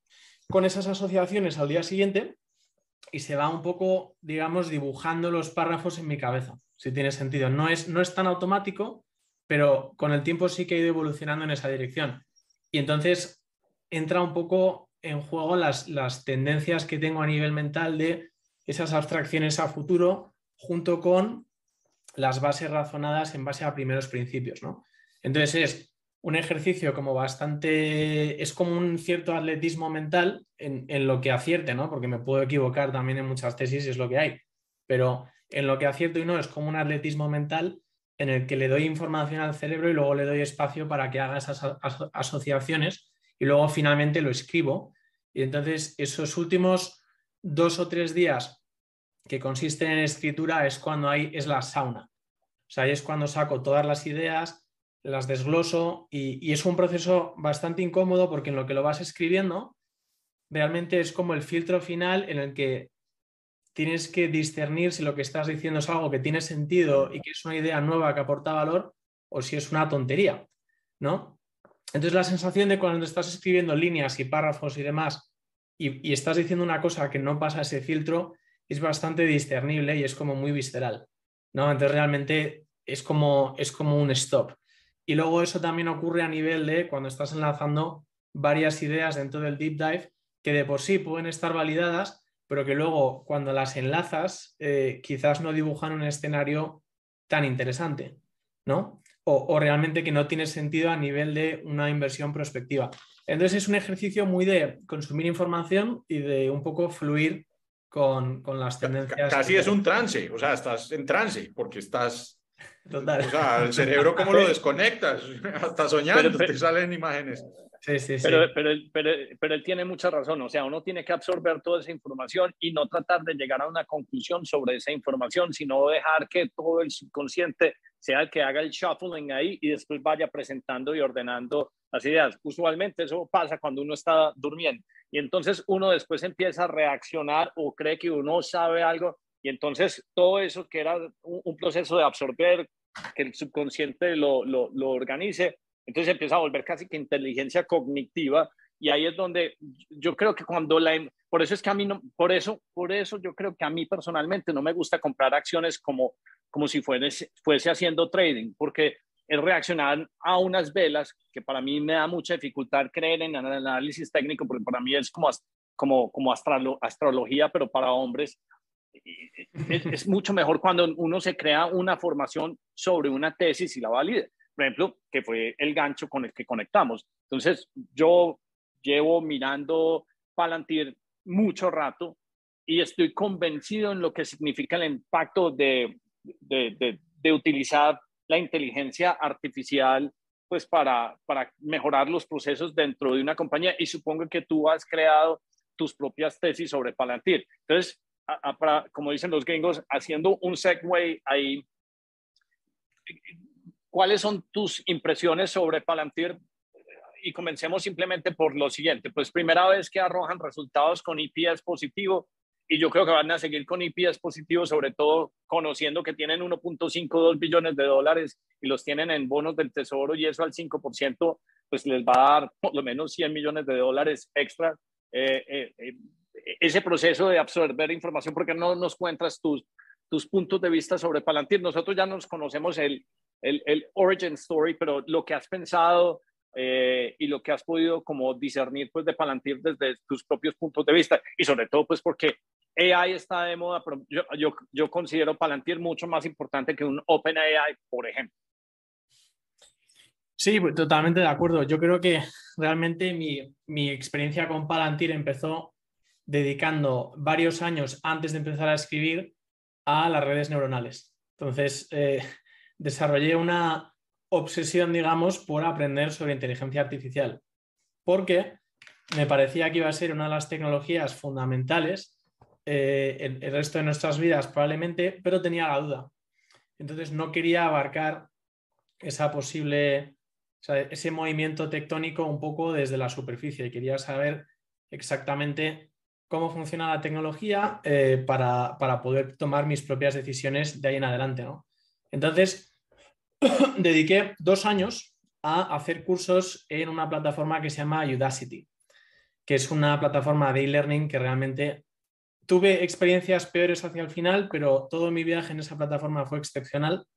con esas asociaciones al día siguiente y se va un poco, digamos, dibujando los párrafos en mi cabeza, si tiene sentido. No es tan automático, pero con el tiempo sí que he ido evolucionando en esa dirección. Y entonces entra un poco en juego las tendencias que tengo a nivel mental de esas abstracciones a futuro junto con las bases razonadas en base a primeros principios, ¿no? Entonces es un ejercicio como bastante, es como un cierto atletismo mental en lo que acierte, ¿no? Porque me puedo equivocar también en muchas tesis, es lo que hay, pero en lo que acierto y no es como un atletismo mental en el que le doy información al cerebro y luego le doy espacio para que haga esas asociaciones y luego finalmente lo escribo. Y entonces esos últimos 2 o 3 días que consisten en escritura es cuando es la sauna. O sea, ahí es cuando saco todas las ideas, las desgloso y es un proceso bastante incómodo porque en lo que lo vas escribiendo realmente es como el filtro final en el que tienes que discernir si lo que estás diciendo es algo que tiene sentido y que es una idea nueva que aporta valor o si es una tontería, ¿no? Entonces la sensación de cuando estás escribiendo líneas y párrafos y demás y estás diciendo una cosa que no pasa ese filtro es bastante discernible y es como muy visceral, ¿no? Entonces realmente es como un stop. Y luego eso también ocurre a nivel de cuando estás enlazando varias ideas dentro del deep dive que de por sí pueden estar validadas, pero que luego cuando las enlazas quizás no dibujan un escenario tan interesante, ¿no? O realmente que no tiene sentido a nivel de una inversión prospectiva. Entonces es un ejercicio muy de consumir información y de un poco fluir con las tendencias. Casi es un trance, o sea, estás en trance porque estás, Total. o sea, el cerebro cómo lo desconectas, hasta soñando Pero, te salen imágenes. Sí, sí, sí. pero él tiene mucha razón, o sea, uno tiene que absorber toda esa información y no tratar de llegar a una conclusión sobre esa información, sino dejar que todo el subconsciente sea el que haga el shuffling ahí y después vaya presentando y ordenando las ideas. Usualmente eso pasa cuando uno está durmiendo y entonces uno después empieza a reaccionar o cree que uno sabe algo y entonces todo eso que era un proceso de absorber, que el subconsciente lo organice, entonces empieza a volver casi que inteligencia cognitiva y ahí es donde yo creo que por eso es que a mí no, por eso yo creo que a mí personalmente no me gusta comprar acciones como si fuese haciendo trading, porque es reaccionar a unas velas que para mí me da mucha dificultad creer en el análisis técnico, porque para mí es como astrología, pero para hombres. Es mucho mejor cuando uno se crea una formación sobre una tesis y la valide. Por ejemplo, que fue el gancho con el que conectamos. Entonces, yo llevo mirando Palantir mucho rato y estoy convencido en lo que significa el impacto de utilizar la inteligencia artificial pues para mejorar los procesos dentro de una compañía y supongo que tú has creado tus propias tesis sobre Palantir. Entonces, como dicen los gringos, haciendo un segue ahí, ¿cuáles son tus impresiones sobre Palantir? Y comencemos simplemente por lo siguiente. Pues primera vez que arrojan resultados con EPS positivo y yo creo que van a seguir con EPS positivo, sobre todo conociendo que tienen 1.52 billones de dólares y los tienen en bonos del tesoro y eso al 5%, pues les va a dar por lo menos 100 millones de dólares extra. Ese proceso de absorber información, ¿por qué no nos cuentas tus puntos de vista sobre Palantir? Nosotros ya nos conocemos el origin story, pero lo que has pensado y lo que has podido como discernir pues de Palantir desde tus propios puntos de vista y sobre todo pues porque AI está de moda, pero yo considero Palantir mucho más importante que un OpenAI, por ejemplo. Sí, totalmente de acuerdo. Yo creo que realmente mi experiencia con Palantir empezó dedicando varios años antes de empezar a escribir a las redes neuronales. Entonces, desarrollé una obsesión, digamos, por aprender sobre inteligencia artificial. Porque me parecía que iba a ser una de las tecnologías fundamentales en el resto de nuestras vidas probablemente, pero tenía la duda. Entonces no quería abarcar esa posible, o sea, ese movimiento tectónico un poco desde la superficie. Quería saber exactamente cómo funciona la tecnología para poder tomar mis propias decisiones de ahí en adelante, ¿no? Entonces, dediqué 2 años a hacer cursos en una plataforma que se llama Udacity, que es una plataforma de e-learning que realmente tuve experiencias peores hacia el final, pero todo mi viaje en esa plataforma fue excepcional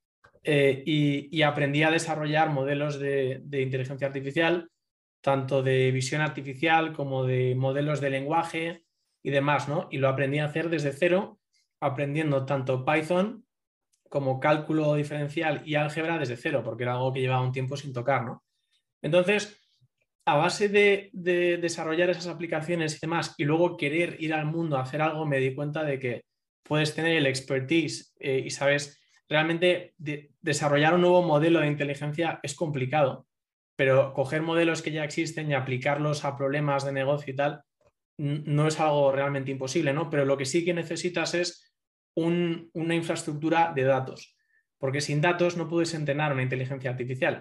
y aprendí a desarrollar modelos de inteligencia artificial, tanto de visión artificial como de modelos de lenguaje y demás, ¿no? Y lo aprendí a hacer desde cero, aprendiendo tanto Python como cálculo diferencial y álgebra desde cero, porque era algo que llevaba un tiempo sin tocar, ¿no? Entonces, a base de desarrollar esas aplicaciones y demás, y luego querer ir al mundo a hacer algo, me di cuenta de que puedes tener el expertise y sabes, realmente desarrollar un nuevo modelo de inteligencia es complicado, pero coger modelos que ya existen y aplicarlos a problemas de negocio y tal, no es algo realmente imposible, ¿no? Pero lo que sí que necesitas es una infraestructura de datos, porque sin datos no puedes entrenar una inteligencia artificial.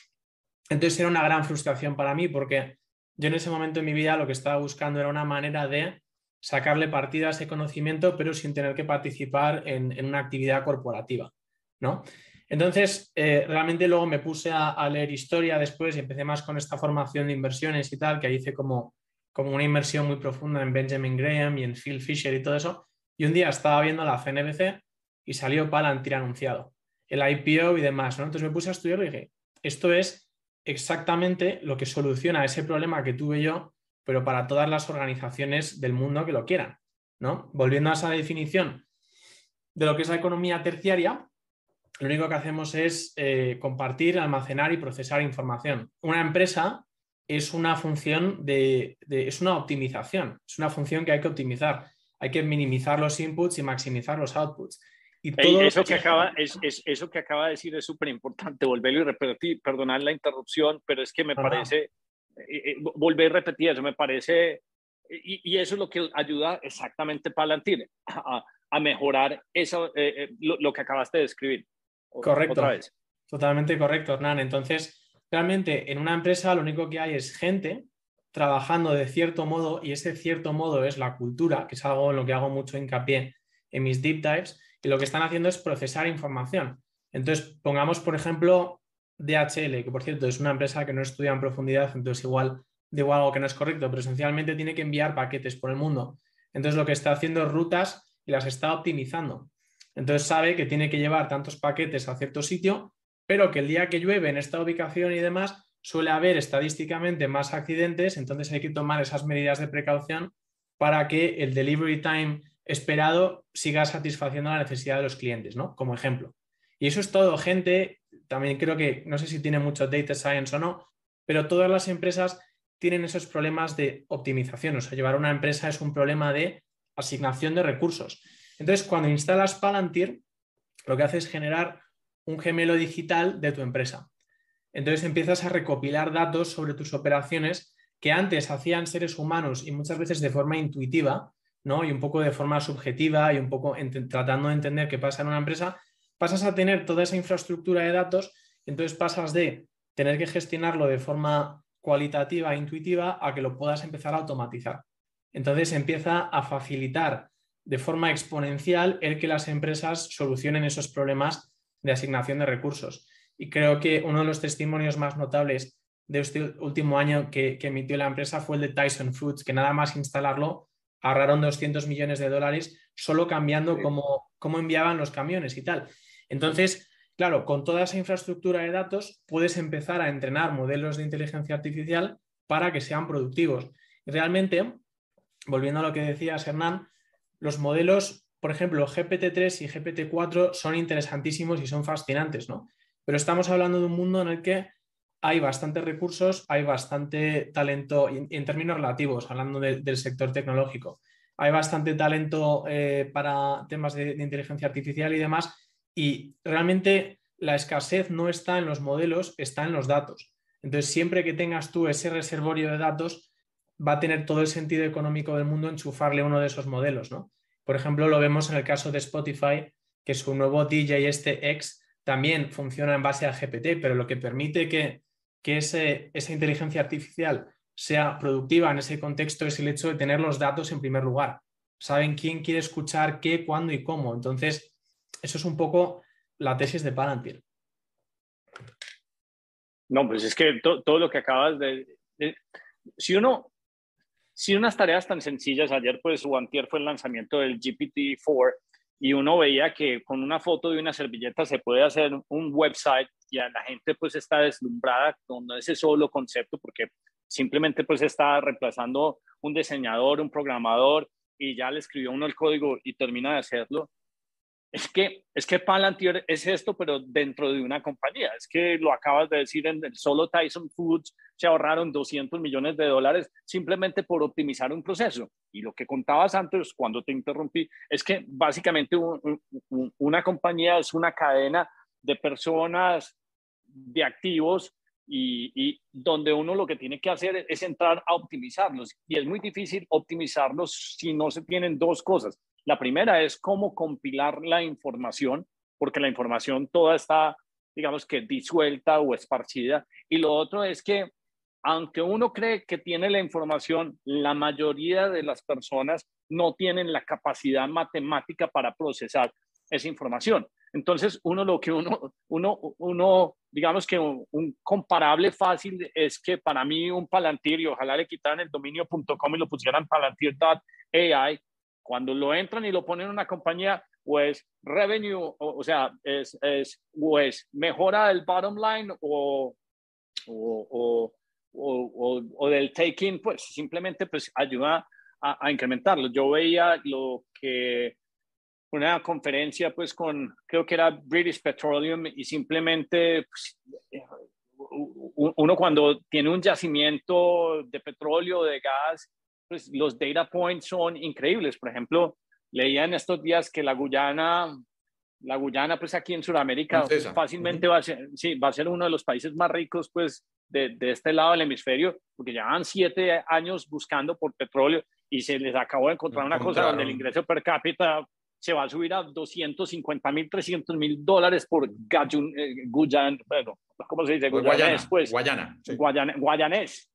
Entonces era una gran frustración para mí porque yo en ese momento en mi vida lo que estaba buscando era una manera de sacarle partido a ese conocimiento, pero sin tener que participar en una actividad corporativa, ¿no? Entonces, realmente luego me puse a leer historia después y empecé más con esta formación de inversiones y tal, que hice como una inversión muy profunda en Benjamin Graham y en Phil Fisher y todo eso. Y un día estaba viendo la CNBC y salió Palantir anunciado, el IPO y demás, ¿no? Entonces me puse a estudiar y dije, esto es exactamente lo que soluciona ese problema que tuve yo, pero para todas las organizaciones del mundo que lo quieran, ¿no? Volviendo a esa definición de lo que es la economía terciaria, lo único que hacemos es compartir, almacenar y procesar información. Una empresa es una función es una optimización, es una función que hay que optimizar. Hay que minimizar los inputs y maximizar los outputs. Y todo Eso que eso que acaba de decir es súper importante, volverlo y repetir, perdonad la interrupción, pero es que me parece, volver a repetir eso, me parece, y eso es lo que ayuda exactamente Palantir a mejorar eso, lo que acabaste de describir. Correcto. Otra vez. Totalmente correcto, Hernán. Entonces, realmente en una empresa lo único que hay es gente trabajando de cierto modo y ese cierto modo es la cultura, que es algo en lo que hago mucho hincapié en mis deep dives, y lo que están haciendo es procesar información. Entonces, pongamos, por ejemplo, DHL, que por cierto es una empresa que no estudia en profundidad, entonces igual digo algo que no es correcto, pero esencialmente tiene que enviar paquetes por el mundo. Entonces, lo que está haciendo es rutas y las está optimizando. Entonces sabe que tiene que llevar tantos paquetes a cierto sitio, pero que el día que llueve en esta ubicación y demás suele haber estadísticamente más accidentes, entonces hay que tomar esas medidas de precaución para que el delivery time esperado siga satisfaciendo la necesidad de los clientes, ¿no? Como ejemplo. Y eso es todo, gente. También creo que, no sé si tiene mucho data science o no, pero todas las empresas tienen esos problemas de optimización. O sea, llevar una empresa es un problema de asignación de recursos. Entonces, cuando instalas Palantir, lo que hace es generar un gemelo digital de tu empresa. Entonces empiezas a recopilar datos sobre tus operaciones que antes hacían seres humanos y muchas veces de forma intuitiva, ¿no? Y un poco de forma subjetiva y un poco tratando de entender qué pasa en una empresa, pasas a tener toda esa infraestructura de datos, entonces pasas de tener que gestionarlo de forma cualitativa e intuitiva a que lo puedas empezar a automatizar. Entonces empieza a facilitar de forma exponencial el que las empresas solucionen esos problemas de asignación de recursos. Y creo que uno de los testimonios más notables de este último año que emitió la empresa fue el de Tyson Foods, que nada más instalarlo ahorraron $200 millones solo cambiando cómo enviaban los camiones y tal. Entonces, claro, con toda esa infraestructura de datos puedes empezar a entrenar modelos de inteligencia artificial para que sean productivos. Y realmente, volviendo a lo que decías, Hernán, los modelos, por ejemplo, GPT-3 y GPT-4 son interesantísimos y son fascinantes, ¿no? Pero estamos hablando de un mundo en el que hay bastantes recursos, hay bastante talento, en términos relativos, hablando del sector tecnológico, hay bastante talento para temas de inteligencia artificial y demás, y realmente la escasez no está en los modelos, está en los datos. Entonces, siempre que tengas tú ese reservorio de datos, va a tener todo el sentido económico del mundo enchufarle uno de esos modelos, ¿no? Por ejemplo, lo vemos en el caso de Spotify, que su nuevo DJ X también funciona en base a GPT, pero lo que permite que esa inteligencia artificial sea productiva en ese contexto es el hecho de tener los datos en primer lugar. Saben quién quiere escuchar qué, cuándo y cómo. Entonces, eso es un poco la tesis de Palantir. No, pues es que todo lo que acabas si unas tareas tan sencillas, ayer pues o antier fue el lanzamiento del GPT-4 y uno veía que con una foto de una servilleta se puede hacer un website y a la gente pues está deslumbrada con ese solo concepto porque simplemente pues está reemplazando un diseñador, un programador y ya le escribió uno el código y termina de hacerlo. Es que Palantir es esto, pero dentro de una compañía. Es que lo acabas de decir, en el solo Tyson Foods se ahorraron $200 millones simplemente por optimizar un proceso. Y lo que contabas antes, cuando te interrumpí, es que básicamente una compañía es una cadena de personas, de activos, y donde uno lo que tiene que hacer es entrar a optimizarlos. Y es muy difícil optimizarlos si no se tienen dos cosas. La primera es cómo compilar la información, porque la información toda está, digamos que disuelta o esparcida. Y lo otro es que, aunque uno cree que tiene la información, la mayoría de las personas no tienen la capacidad matemática para procesar esa información. Entonces, digamos que un comparable fácil es que para mí un Palantir, y ojalá le quitaran el dominio.com y lo pusieran palantir.ai, cuando lo entran y lo ponen en una compañía, pues revenue, o sea, pues mejora el bottom line o del take-in, pues simplemente pues ayuda a incrementarlo. Yo veía una conferencia pues creo que era British Petroleum y simplemente pues, uno cuando tiene un yacimiento de petróleo, de gas, pues los data points son increíbles. Por ejemplo, leía en estos días que la Guyana pues aquí en Sudamérica Francesa. fácilmente va a ser uno de los países más ricos pues de este lado del hemisferio, porque llevan 7 años buscando por petróleo y se les acabó de encontrar una cosa donde el ingreso per cápita se va a subir a $250,000, $300,000 por Guyana, bueno, ¿cómo se dice? Guayana, pues, Guayana, sí. Guayanés.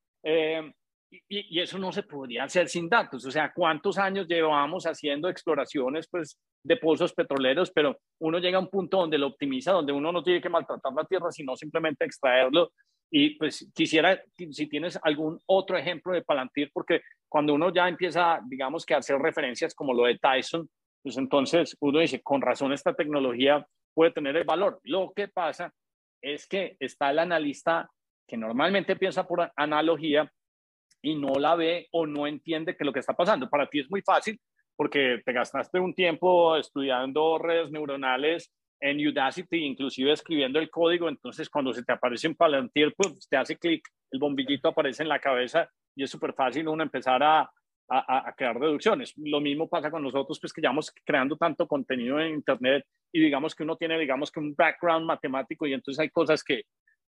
Y eso no se podría hacer sin datos. O sea, ¿cuántos años llevamos haciendo exploraciones pues, de pozos petroleros? Pero uno llega a un punto donde lo optimiza, donde uno no tiene que maltratar la tierra, sino simplemente extraerlo. Y pues quisiera, si tienes algún otro ejemplo de Palantir, porque cuando uno ya empieza, digamos que a hacer referencias como lo de Tyson, pues entonces uno dice, con razón esta tecnología puede tener el valor. Lo que pasa es que está el analista que normalmente piensa por analogía y no la ve o no entiende que lo que está pasando. Para ti es muy fácil porque te gastaste un tiempo estudiando redes neuronales en Udacity, inclusive escribiendo el código, entonces cuando se te aparece en Palantir, pues te hace clic, el bombillito aparece en la cabeza y es súper fácil uno empezar a crear deducciones. Lo mismo pasa con nosotros, pues que llevamos creando tanto contenido en Internet y digamos que uno tiene, digamos que un background matemático y entonces hay cosas que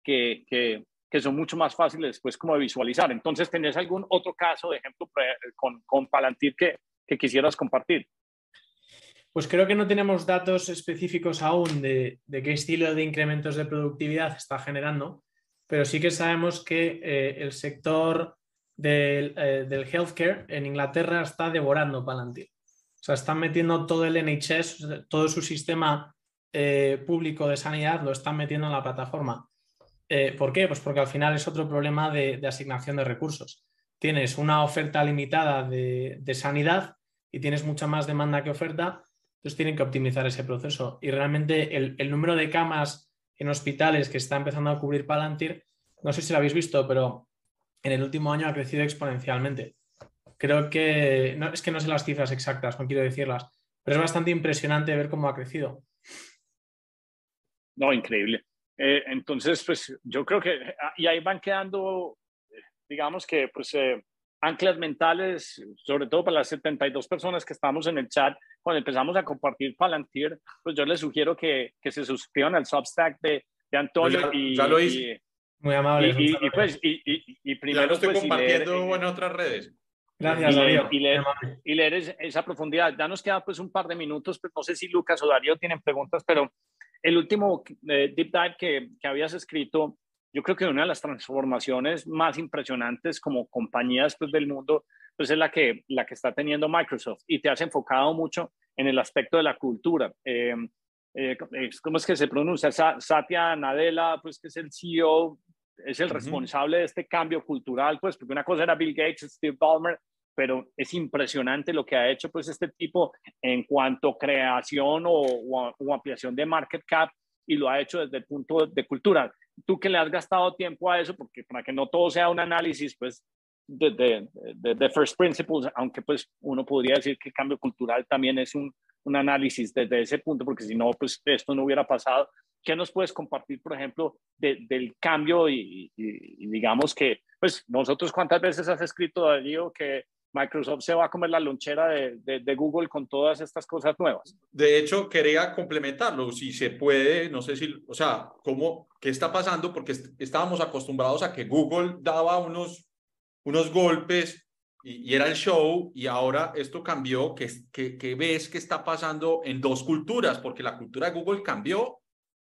son mucho más fáciles después como de visualizar. Entonces, ¿tenés algún otro caso de ejemplo con Palantir que quisieras compartir? Pues creo que no tenemos datos específicos aún de qué estilo de incrementos de productividad está generando, pero sí que sabemos que el sector del healthcare en Inglaterra está devorando Palantir. O sea, están metiendo todo el NHS, todo su sistema público de sanidad lo están metiendo en la plataforma. ¿Por qué? Pues porque al final es otro problema de asignación de recursos. Tienes una oferta limitada de sanidad y tienes mucha más demanda que oferta, entonces tienen que optimizar ese proceso. Y realmente el número de camas en hospitales que está empezando a cubrir Palantir, no sé si lo habéis visto, pero en el último año ha crecido exponencialmente. Creo que, no, es que no sé las cifras exactas, no quiero decirlas, pero es bastante impresionante ver cómo ha crecido. No, increíble. Entonces, pues yo creo que, y ahí van quedando, digamos que, pues, anclas mentales, sobre todo para las 72 personas que estamos en el chat, cuando empezamos a compartir Palantir, pues yo les sugiero que se suscriban al Substack de Antonio. Ya lo hice. Muy amables. Y Ya lo primero, estoy pues, compartiendo en otras redes. Gracias, Darío. Y leer esa profundidad. Ya nos queda pues un par de minutos, pues no sé si Lucas o Darío tienen preguntas, pero el último deep dive que habías escrito, yo creo que una de las transformaciones más impresionantes como compañías pues, del mundo, pues es la que está teniendo Microsoft, y te has enfocado mucho en el aspecto de la cultura. ¿Cómo es que se pronuncia? Satya Nadella, pues que es el CEO, es el responsable de este cambio cultural, pues porque una cosa era Bill Gates, Steve Ballmer, pero es impresionante lo que ha hecho pues este tipo en cuanto a creación o ampliación de market cap, y lo ha hecho desde el punto de cultura. Tú que le has gastado tiempo a eso, porque para que no todo sea un análisis pues de first principles, aunque pues uno podría decir que el cambio cultural también es un análisis desde ese punto, porque si no, pues esto no hubiera pasado. ¿Qué nos puedes compartir, por ejemplo, del cambio y digamos que, pues nosotros cuántas veces has escrito, Darío, que Microsoft se va a comer la lonchera de Google con todas estas cosas nuevas? De hecho, quería complementarlo, si se puede, no sé si, o sea, qué está pasando, porque estábamos acostumbrados a que Google daba unos golpes y era el show, y ahora esto cambió, que ves que está pasando en dos culturas, porque la cultura de Google cambió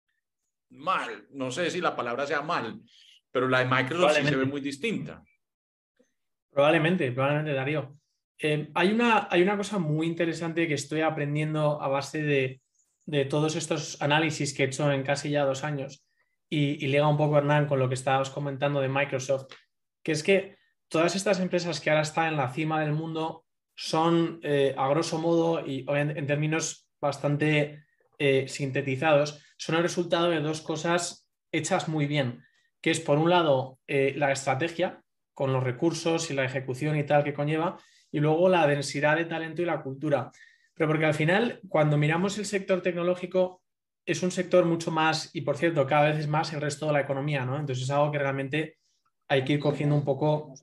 mal, no sé si la palabra sea mal, pero la de Microsoft sí se ve muy distinta. Probablemente, Darío. Hay una cosa muy interesante que estoy aprendiendo a base de todos estos análisis que he hecho en casi ya 2 años, y liga un poco, Hernán, con lo que estabas comentando de Microsoft, que es que todas estas empresas que ahora están en la cima del mundo son, a grosso modo y en términos bastante sintetizados, son el resultado de dos cosas hechas muy bien, que es, por un lado, la estrategia, con los recursos y la ejecución y tal que conlleva, y luego la densidad de talento y la cultura. Pero porque al final, cuando miramos el sector tecnológico, es un sector mucho más, y por cierto, cada vez es más el resto de la economía, ¿no? Entonces es algo que realmente hay que ir cogiendo un poco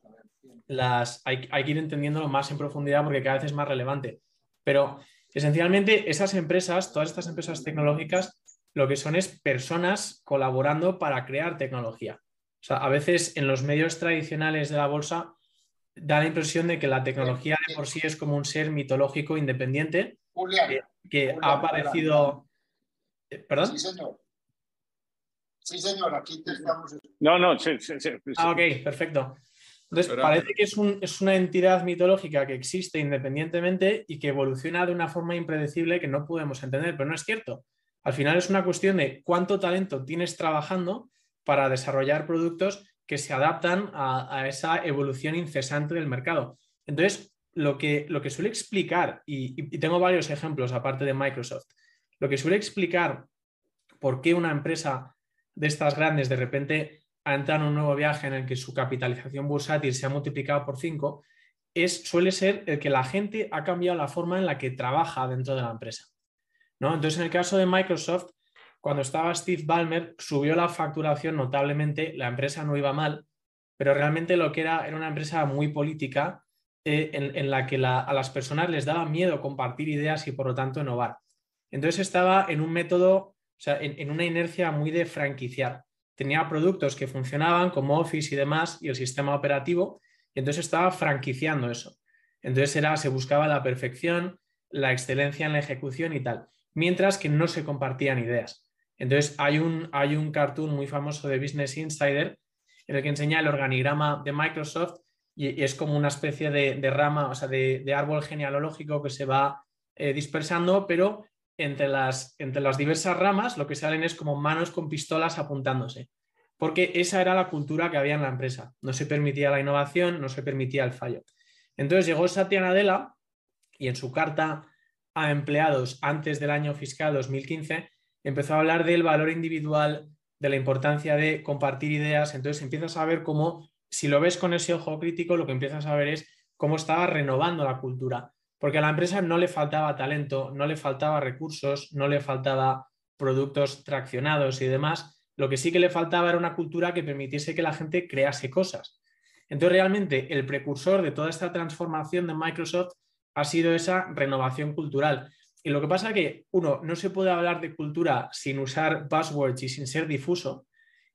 hay que ir entendiéndolo más en profundidad, porque cada vez es más relevante. Pero esencialmente esas empresas, todas estas empresas tecnológicas, lo que son es personas colaborando para crear tecnología. O sea, a veces en los medios tradicionales de la bolsa da la impresión de que la tecnología de por sí es como un ser mitológico independiente que ha aparecido... ¿Perdón? Sí, señor. Sí, señor, aquí te estamos... No, sí. Ah, ok, perfecto. Entonces, parece que es una entidad mitológica que existe independientemente y que evoluciona de una forma impredecible que no podemos entender, pero no es cierto. Al final es una cuestión de cuánto talento tienes trabajando para desarrollar productos que se adaptan a esa evolución incesante del mercado. Entonces, lo que suele explicar, y tengo varios ejemplos aparte de Microsoft, lo que suele explicar por qué una empresa de estas grandes de repente ha entrado en un nuevo viaje en el que su capitalización bursátil se ha multiplicado por 5, suele ser el que la gente ha cambiado la forma en la que trabaja dentro de la empresa, ¿no? Entonces, en el caso de Microsoft, cuando estaba Steve Ballmer, subió la facturación notablemente, la empresa no iba mal, pero realmente lo que era una empresa muy política, en la que a las personas les daba miedo compartir ideas y por lo tanto innovar. Entonces estaba en un método, o sea, en una inercia muy de franquiciar. Tenía productos que funcionaban como Office y demás y el sistema operativo, y entonces estaba franquiciando eso. Entonces se buscaba la perfección, la excelencia en la ejecución y tal, mientras que no se compartían ideas. Entonces hay un cartoon muy famoso de Business Insider en el que enseña el organigrama de Microsoft, y es como una especie de rama, o sea, de árbol genealógico que se va dispersando, pero entre las diversas ramas lo que salen es como manos con pistolas apuntándose, porque esa era la cultura que había en la empresa. No se permitía la innovación, no se permitía el fallo. Entonces llegó Satya Nadella y en su carta a empleados antes del año fiscal 2015 empezó a hablar del valor individual, de la importancia de compartir ideas. Entonces empiezas a ver cómo, si lo ves con ese ojo crítico, lo que empiezas a ver es cómo estaba renovando la cultura, porque a la empresa no le faltaba talento, no le faltaba recursos, no le faltaba productos traccionados y demás. Lo que sí que le faltaba era una cultura que permitiese que la gente crease cosas. Entonces, realmente, el precursor de toda esta transformación de Microsoft ha sido esa renovación cultural. Y lo que pasa es que, no se puede hablar de cultura sin usar buzzwords y sin ser difuso.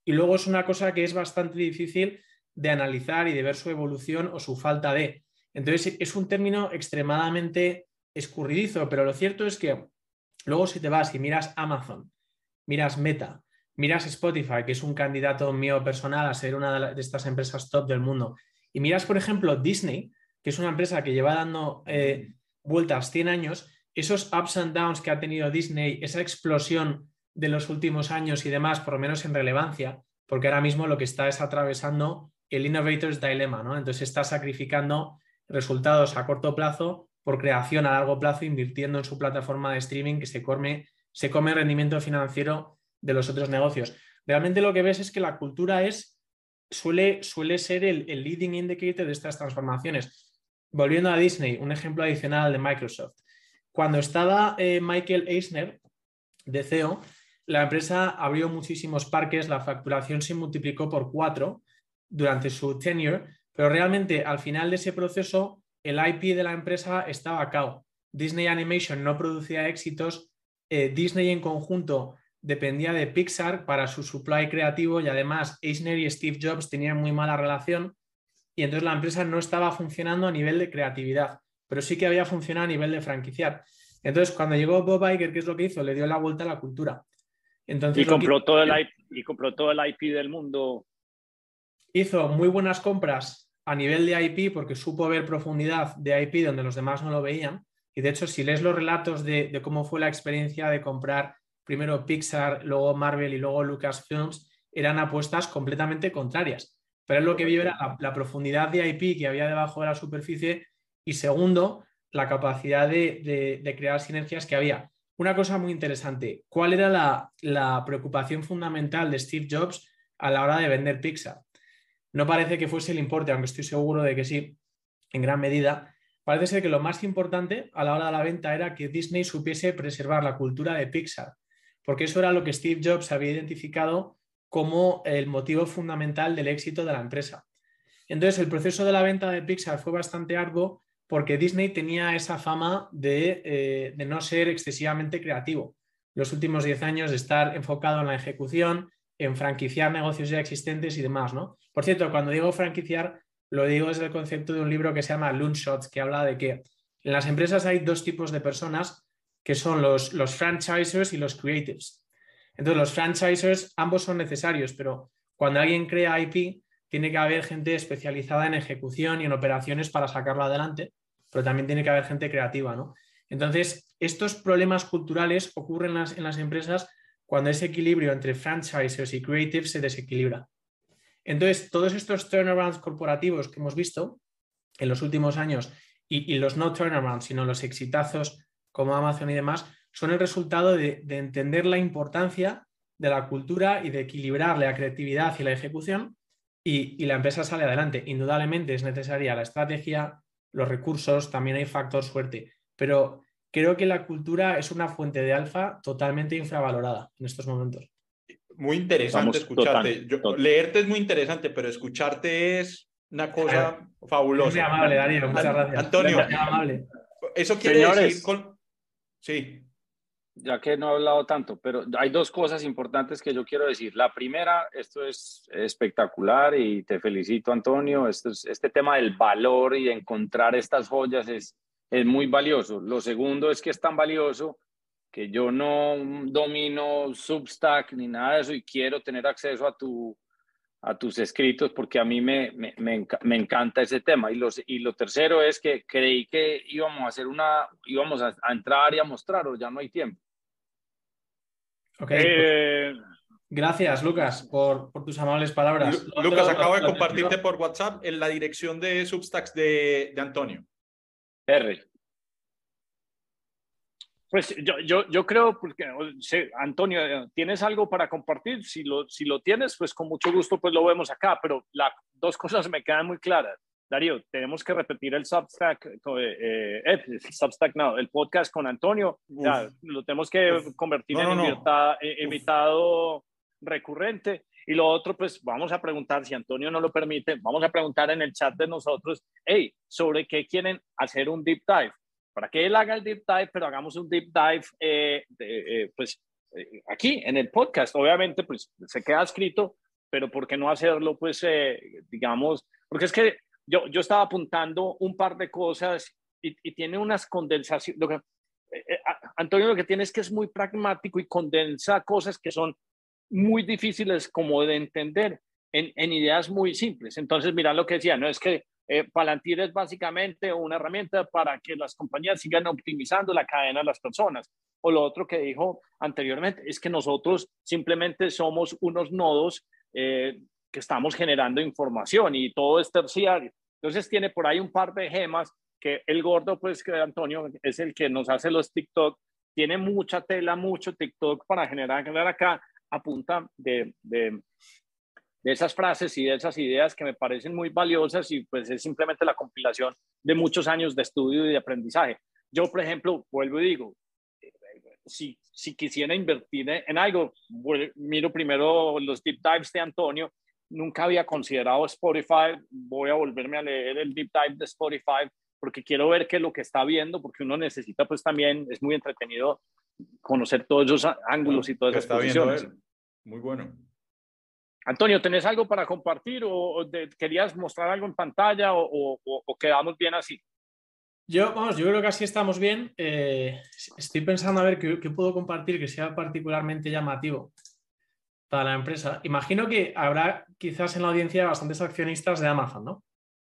y luego es una cosa que es bastante difícil de analizar y de ver su evolución o su falta de. Entonces es un término extremadamente escurridizo, pero lo cierto es que luego si te vas y miras Amazon, miras Meta, miras Spotify, que es un candidato mío personal a ser una de estas empresas top del mundo, y miras, por ejemplo, Disney, que es una empresa que lleva dando vueltas 100 años, esos ups and downs que ha tenido Disney, esa explosión de los últimos años y demás, por lo menos en relevancia, porque ahora mismo lo que está es atravesando el Innovator's Dilemma, ¿no? Entonces está sacrificando resultados a corto plazo por creación a largo plazo, invirtiendo en su plataforma de streaming que se come el rendimiento financiero de los otros negocios. Realmente lo que ves es que la cultura suele ser el leading indicator de estas transformaciones. Volviendo a Disney, un ejemplo adicional de Microsoft. Cuando estaba Michael Eisner de CEO, la empresa abrió muchísimos parques, la facturación se multiplicó por 4 durante su tenure, pero realmente al final de ese proceso el IP de la empresa estaba cao. Disney Animation no producía éxitos, Disney en conjunto dependía de Pixar para su supply creativo y además Eisner y Steve Jobs tenían muy mala relación y entonces la empresa no estaba funcionando a nivel de creatividad, pero sí que había funcionado a nivel de franquiciar. Entonces cuando llegó Bob Iger, ¿qué es lo que hizo? Le dio la vuelta a la cultura. Entonces, compró todo el IP del mundo. Hizo muy buenas compras a nivel de IP porque supo ver profundidad de IP donde los demás no lo veían. Y de hecho, si lees los relatos de cómo fue la experiencia de comprar primero Pixar, luego Marvel y luego Lucasfilms, eran apuestas completamente contrarias. Pero él lo que vio era la profundidad de IP que había debajo de la superficie y segundo, la capacidad de crear sinergias que había. Una cosa muy interesante, ¿cuál era la preocupación fundamental de Steve Jobs a la hora de vender Pixar? No parece que fuese el importe, aunque estoy seguro de que sí, en gran medida. Parece ser que lo más importante a la hora de la venta era que Disney supiese preservar la cultura de Pixar, porque eso era lo que Steve Jobs había identificado como el motivo fundamental del éxito de la empresa. Entonces, el proceso de la venta de Pixar fue bastante arduo porque Disney tenía esa fama de no ser excesivamente creativo. Los últimos 10 años de estar enfocado en la ejecución, en franquiciar negocios ya existentes y demás, ¿no? Por cierto, cuando digo franquiciar, lo digo desde el concepto de un libro que se llama Loonshots, que habla de que en las empresas hay dos tipos de personas, que son los franchisers y los creatives. Entonces, los franchisers, ambos son necesarios, pero cuando alguien crea IP, tiene que haber gente especializada en ejecución y en operaciones para sacarlo adelante, pero también tiene que haber gente creativa, ¿no? Entonces, estos problemas culturales ocurren en las empresas cuando ese equilibrio entre franchisers y creatives se desequilibra. Entonces, todos estos turnarounds corporativos que hemos visto en los últimos años y los no turnarounds, sino los exitazos como Amazon y demás, son el resultado de entender la importancia de la cultura y de equilibrar la creatividad y la ejecución y la empresa sale adelante. Indudablemente es necesaria la estrategia, los recursos, también hay factor suerte, pero creo que la cultura es una fuente de alfa totalmente infravalorada en estos momentos. Muy interesante escucharte. Leerte es muy interesante, pero escucharte es una cosa fabulosa. Muy amable, Darío. Muchas gracias. Antonio, muy amable. Eso quiere Señores, decir... Sí. Ya que no he hablado tanto, pero hay dos cosas importantes que yo quiero decir. La primera, esto es espectacular y te felicito, Antonio. Este tema del valor y de encontrar estas joyas es muy valioso. Lo segundo es que es tan valioso que yo no domino Substack ni nada de eso y quiero tener acceso a tus escritos porque a mí me encanta ese tema. Y lo tercero es que creí que íbamos a entrar y a mostrarlo, ya no hay tiempo. Okay. Gracias, Lucas, por tus amables palabras. Lucas, acabo de compartirte por WhatsApp en la dirección de Substacks de Antonio. Pues yo creo, porque Antonio, ¿tienes algo para compartir? Si lo tienes, pues con mucho gusto pues lo vemos acá, pero dos cosas me quedan muy claras. Darío, tenemos que repetir el Substack, el podcast con Antonio. Ya, lo tenemos que convertir en invitado recurrente. Y lo otro, pues vamos a preguntar, si Antonio no lo permite, vamos a preguntar en el chat de nosotros, ¿sobre qué quieren hacer un deep dive? Para que él haga el deep dive, pero hagamos un deep dive aquí en el podcast. Obviamente, pues se queda escrito pero ¿por qué no hacerlo? Pues, digamos, porque es que yo estaba apuntando un par de cosas y tiene unas condensaciones. Antonio lo que tiene es que es muy pragmático y condensa cosas que son muy difíciles como de entender en ideas muy simples. Entonces, mira lo que decía, no es que Palantir es básicamente una herramienta para que las compañías sigan optimizando la cadena de las personas. O lo otro que dijo anteriormente es que nosotros simplemente somos unos nodos que estamos generando información y todo es terciario. Entonces tiene por ahí un par de gemas que el gordo, pues que Antonio es el que nos hace los TikTok, tiene mucha tela, mucho TikTok para generar acá a punta de esas frases y de esas ideas que me parecen muy valiosas y pues es simplemente la compilación de muchos años de estudio y de aprendizaje. Yo, por ejemplo, vuelvo y digo, si quisiera invertir en algo, miro primero los deep dives de Antonio, nunca había considerado Spotify, voy a volverme a leer el deep dive de Spotify porque quiero ver qué es lo que está viendo, porque uno necesita pues también, es muy entretenido conocer todos esos ángulos y todas esas posiciones. Muy bueno. Antonio, ¿tenés algo para compartir o querías mostrar algo en pantalla o quedamos bien así? Yo creo que así estamos bien. Estoy pensando a ver qué puedo compartir que sea particularmente llamativo para la empresa. Imagino que habrá quizás en la audiencia bastantes accionistas de Amazon, ¿no?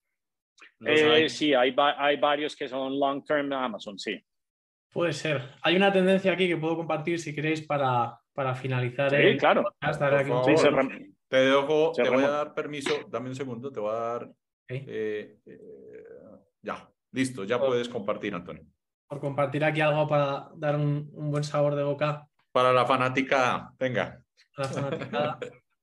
Sí, hay varios que son long term de Amazon, sí. Puede ser. Hay una tendencia aquí que puedo compartir si queréis para finalizar. Sí, claro. Por favor, te voy a dar permiso, dame un segundo, te voy a dar... Okay. Ya, listo, ya puedes compartir, Antonio. Por compartir aquí algo para dar un buen sabor de boca. Para la fanaticada, venga. Para la fanaticada.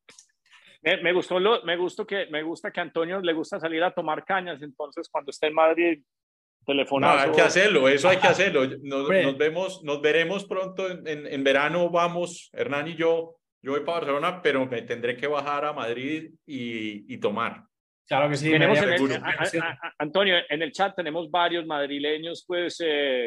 Me gusta que a Antonio le gusta salir a tomar cañas, entonces cuando esté en Madrid, telefonazo. No, hay que hacerlo, eso hay que hacerlo. Nos veremos pronto en verano, vamos, Hernán y yo voy para Barcelona, pero me tendré que bajar a Madrid y tomar. Claro que sí. Antonio, en el chat tenemos varios madrileños, pues,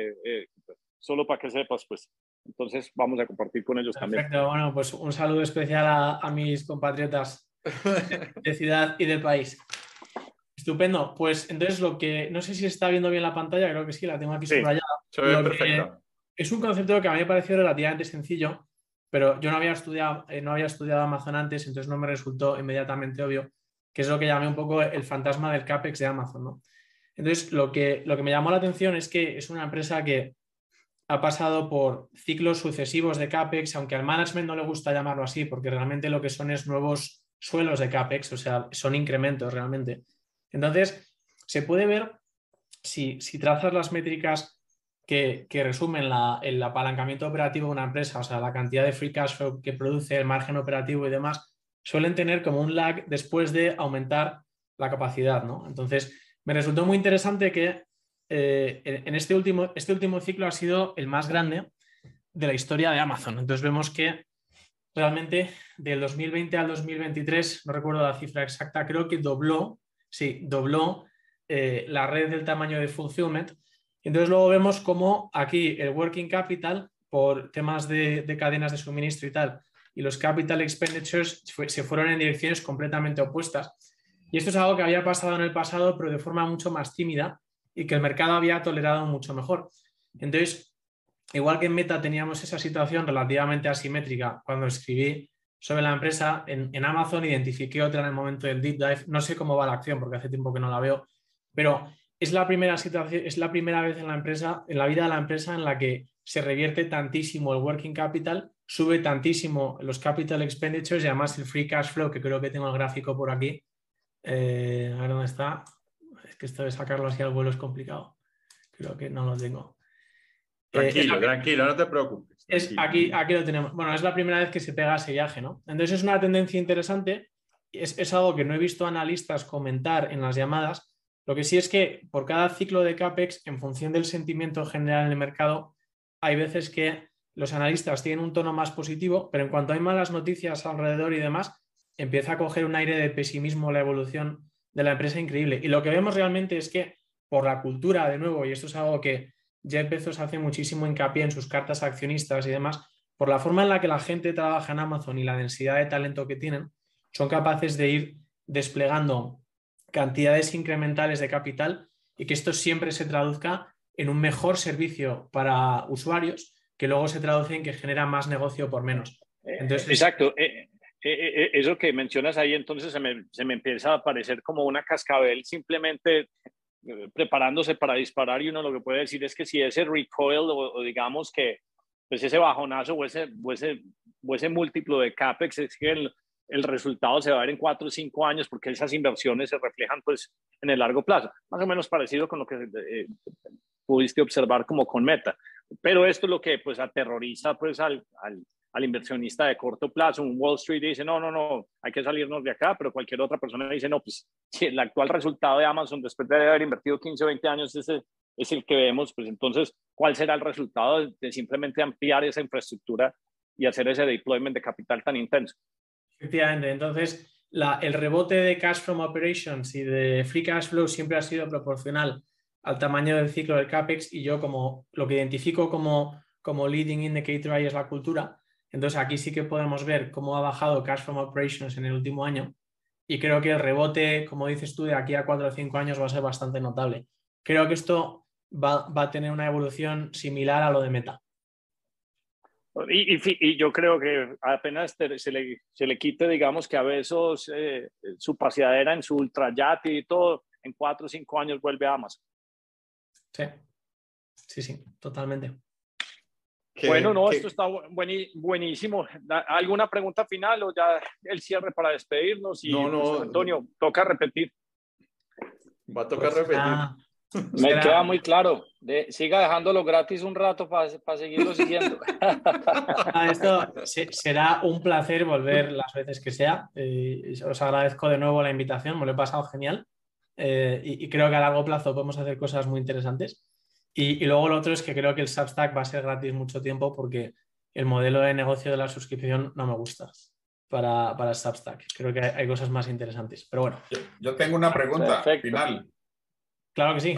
solo para que sepas, pues. Entonces vamos a compartir con ellos. Perfecto. También. Bueno, pues un saludo especial a mis compatriotas de ciudad y del país. Estupendo. Pues entonces no sé si está viendo bien la pantalla, creo que sí, la tengo aquí subrayada. Se ve perfecta. Es un concepto que a mí me pareció relativamente sencillo, pero yo no había estudiado Amazon antes, entonces no me resultó inmediatamente obvio, que es lo que llamé un poco el fantasma del CAPEX de Amazon, ¿no? Entonces, lo que me llamó la atención es que es una empresa que ha pasado por ciclos sucesivos de CAPEX, aunque al management no le gusta llamarlo así, porque realmente lo que son es nuevos suelos de CAPEX, o sea, son incrementos realmente. Entonces, se puede ver, si trazas las métricas que resumen el apalancamiento operativo de una empresa, o sea, la cantidad de free cash flow que produce, el margen operativo y demás, suelen tener como un lag después de aumentar la capacidad, ¿no? Entonces, me resultó muy interesante que en este último ciclo ha sido el más grande de la historia de Amazon. Entonces vemos que realmente del 2020 al 2023, no recuerdo la cifra exacta, creo que dobló la red del tamaño de fulfillment. Entonces luego vemos como aquí el working capital, por temas de cadenas de suministro y tal, y los capital expenditures se fueron en direcciones completamente opuestas. Y esto es algo que había pasado en el pasado, pero de forma mucho más tímida y que el mercado había tolerado mucho mejor. Entonces, igual que en Meta teníamos esa situación relativamente asimétrica cuando escribí sobre la empresa, en Amazon identifiqué otra en el momento del deep dive. No sé cómo va la acción porque hace tiempo que no la veo, pero es la primera situación, es la primera vez en la vida de la empresa en la que se revierte tantísimo el working capital, sube tantísimo los capital expenditures y además el free cash flow, que creo que tengo el gráfico por aquí. A ver dónde está. Es que esto de sacarlo así al vuelo es complicado. Creo que no lo tengo. Tranquilo, no te preocupes. Aquí lo tenemos. Bueno, es la primera vez que se pega ese viaje, ¿no? Entonces es una tendencia interesante. Es algo que no he visto analistas comentar en las llamadas. Lo que sí es que por cada ciclo de CAPEX, en función del sentimiento general en el mercado, hay veces que los analistas tienen un tono más positivo, pero en cuanto hay malas noticias alrededor y demás, empieza a coger un aire de pesimismo la evolución de la empresa increíble. Y lo que vemos realmente es que por la cultura, de nuevo, y esto es algo que Jeff Bezos hace muchísimo hincapié en sus cartas a accionistas y demás, por la forma en la que la gente trabaja en Amazon y la densidad de talento que tienen, son capaces de ir desplegando cantidades incrementales de capital y que esto siempre se traduzca en un mejor servicio para usuarios, que luego se traduce en que genera más negocio por menos. Entonces, exacto. Eso que mencionas ahí, entonces se me empieza a parecer como una cascabel simplemente preparándose para disparar, y uno lo que puede decir es que si ese recoil o digamos que pues ese bajonazo o ese múltiplo de CAPEX, es que el resultado se va a ver en 4 o 5 años, porque esas inversiones se reflejan pues en el largo plazo, más o menos parecido con lo que pudiste observar como con Meta. Pero esto es lo que pues aterroriza pues al inversionista de corto plazo. Un Wall Street dice, no, hay que salirnos de acá, pero cualquier otra persona dice, no, pues si el actual resultado de Amazon después de haber invertido 15 o 20 años es el que vemos, pues entonces, ¿cuál será el resultado de simplemente ampliar esa infraestructura y hacer ese deployment de capital tan intenso? Efectivamente, entonces el rebote de cash from operations y de free cash flow siempre ha sido proporcional al tamaño del ciclo del CAPEX, y yo como lo que identifico como leading indicator ahí es la cultura. Entonces aquí sí que podemos ver cómo ha bajado cash from operations en el último año, y creo que el rebote, como dices tú, de aquí a 4 o 5 años va a ser bastante notable. Creo que esto va a tener una evolución similar a lo de Meta. Y yo creo que apenas se le quite, digamos, que a Bezos su paseadera en su ultrayate y todo, en 4 o 5 años vuelve a Amazon. Sí, totalmente. Bueno, no, esto está buenísimo. ¿Alguna pregunta final o ya el cierre para despedirnos? Y, no, pues, Antonio, toca repetir. Va a tocar repetir. Me queda muy claro. Siga dejándolo gratis un rato para seguirlo siguiendo. Esto será un placer volver las veces que sea. Os agradezco de nuevo la invitación, me lo he pasado genial. Y creo que a largo plazo podemos hacer cosas muy interesantes. Y luego lo otro es que creo que el Substack va a ser gratis mucho tiempo, porque el modelo de negocio de la suscripción no me gusta para el Substack. Creo que hay cosas más interesantes. Pero bueno. Yo tengo una pregunta final. Claro que sí.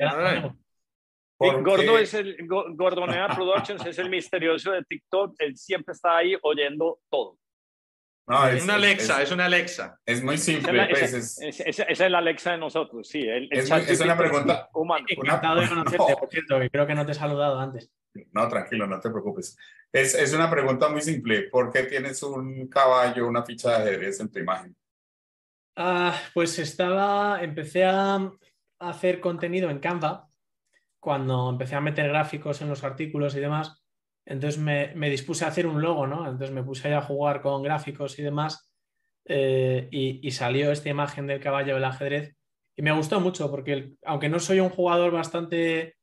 Gordonea Productions es el misterioso de TikTok. Él siempre está ahí oyendo todo. No, es una Alexa. Es muy simple. Esa es la Alexa de nosotros, sí. Es una pregunta humana. Encantado de conocerte, por cierto, que creo que no te he saludado antes. No, tranquilo, no te preocupes. Es una pregunta muy simple. ¿Por qué tienes un caballo, una ficha de ajedrez en tu imagen? Pues empecé a hacer contenido en Canva cuando empecé a meter gráficos en los artículos y demás. Entonces me dispuse a hacer un logo, ¿no? Entonces me puse a jugar con gráficos y demás, y salió esta imagen del caballo del ajedrez, y me gustó mucho porque aunque no soy un jugador bastante,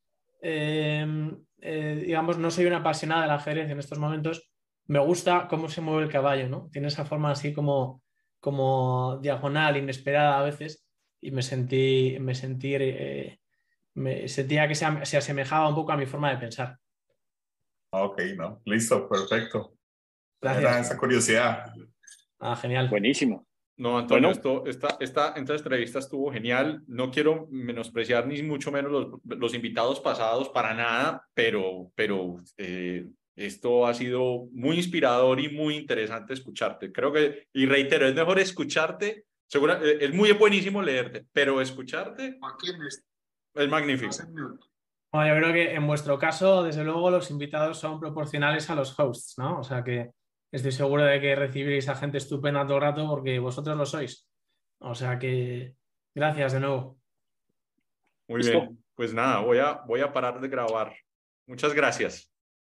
digamos, no soy una apasionada del ajedrez en estos momentos, me gusta cómo se mueve el caballo, ¿no? Tiene esa forma así como diagonal, inesperada a veces, y me sentía que se asemejaba un poco a mi forma de pensar. Ok, no, listo, perfecto. Gracias. Era esa curiosidad. Genial. Buenísimo. No, Antonio, esta entrevista estuvo genial. No quiero menospreciar ni mucho menos los invitados pasados para nada, pero esto ha sido muy inspirador y muy interesante escucharte. Creo que, y reitero, es mejor escucharte. Es muy buenísimo leerte, pero escucharte es magnífico. Bueno, yo creo que en vuestro caso, desde luego, los invitados son proporcionales a los hosts, ¿no? O sea que estoy seguro de que recibiréis a gente estupenda todo el rato, porque vosotros lo sois. O sea que gracias de nuevo. Muy bien, pues nada, voy a parar de grabar. Muchas gracias.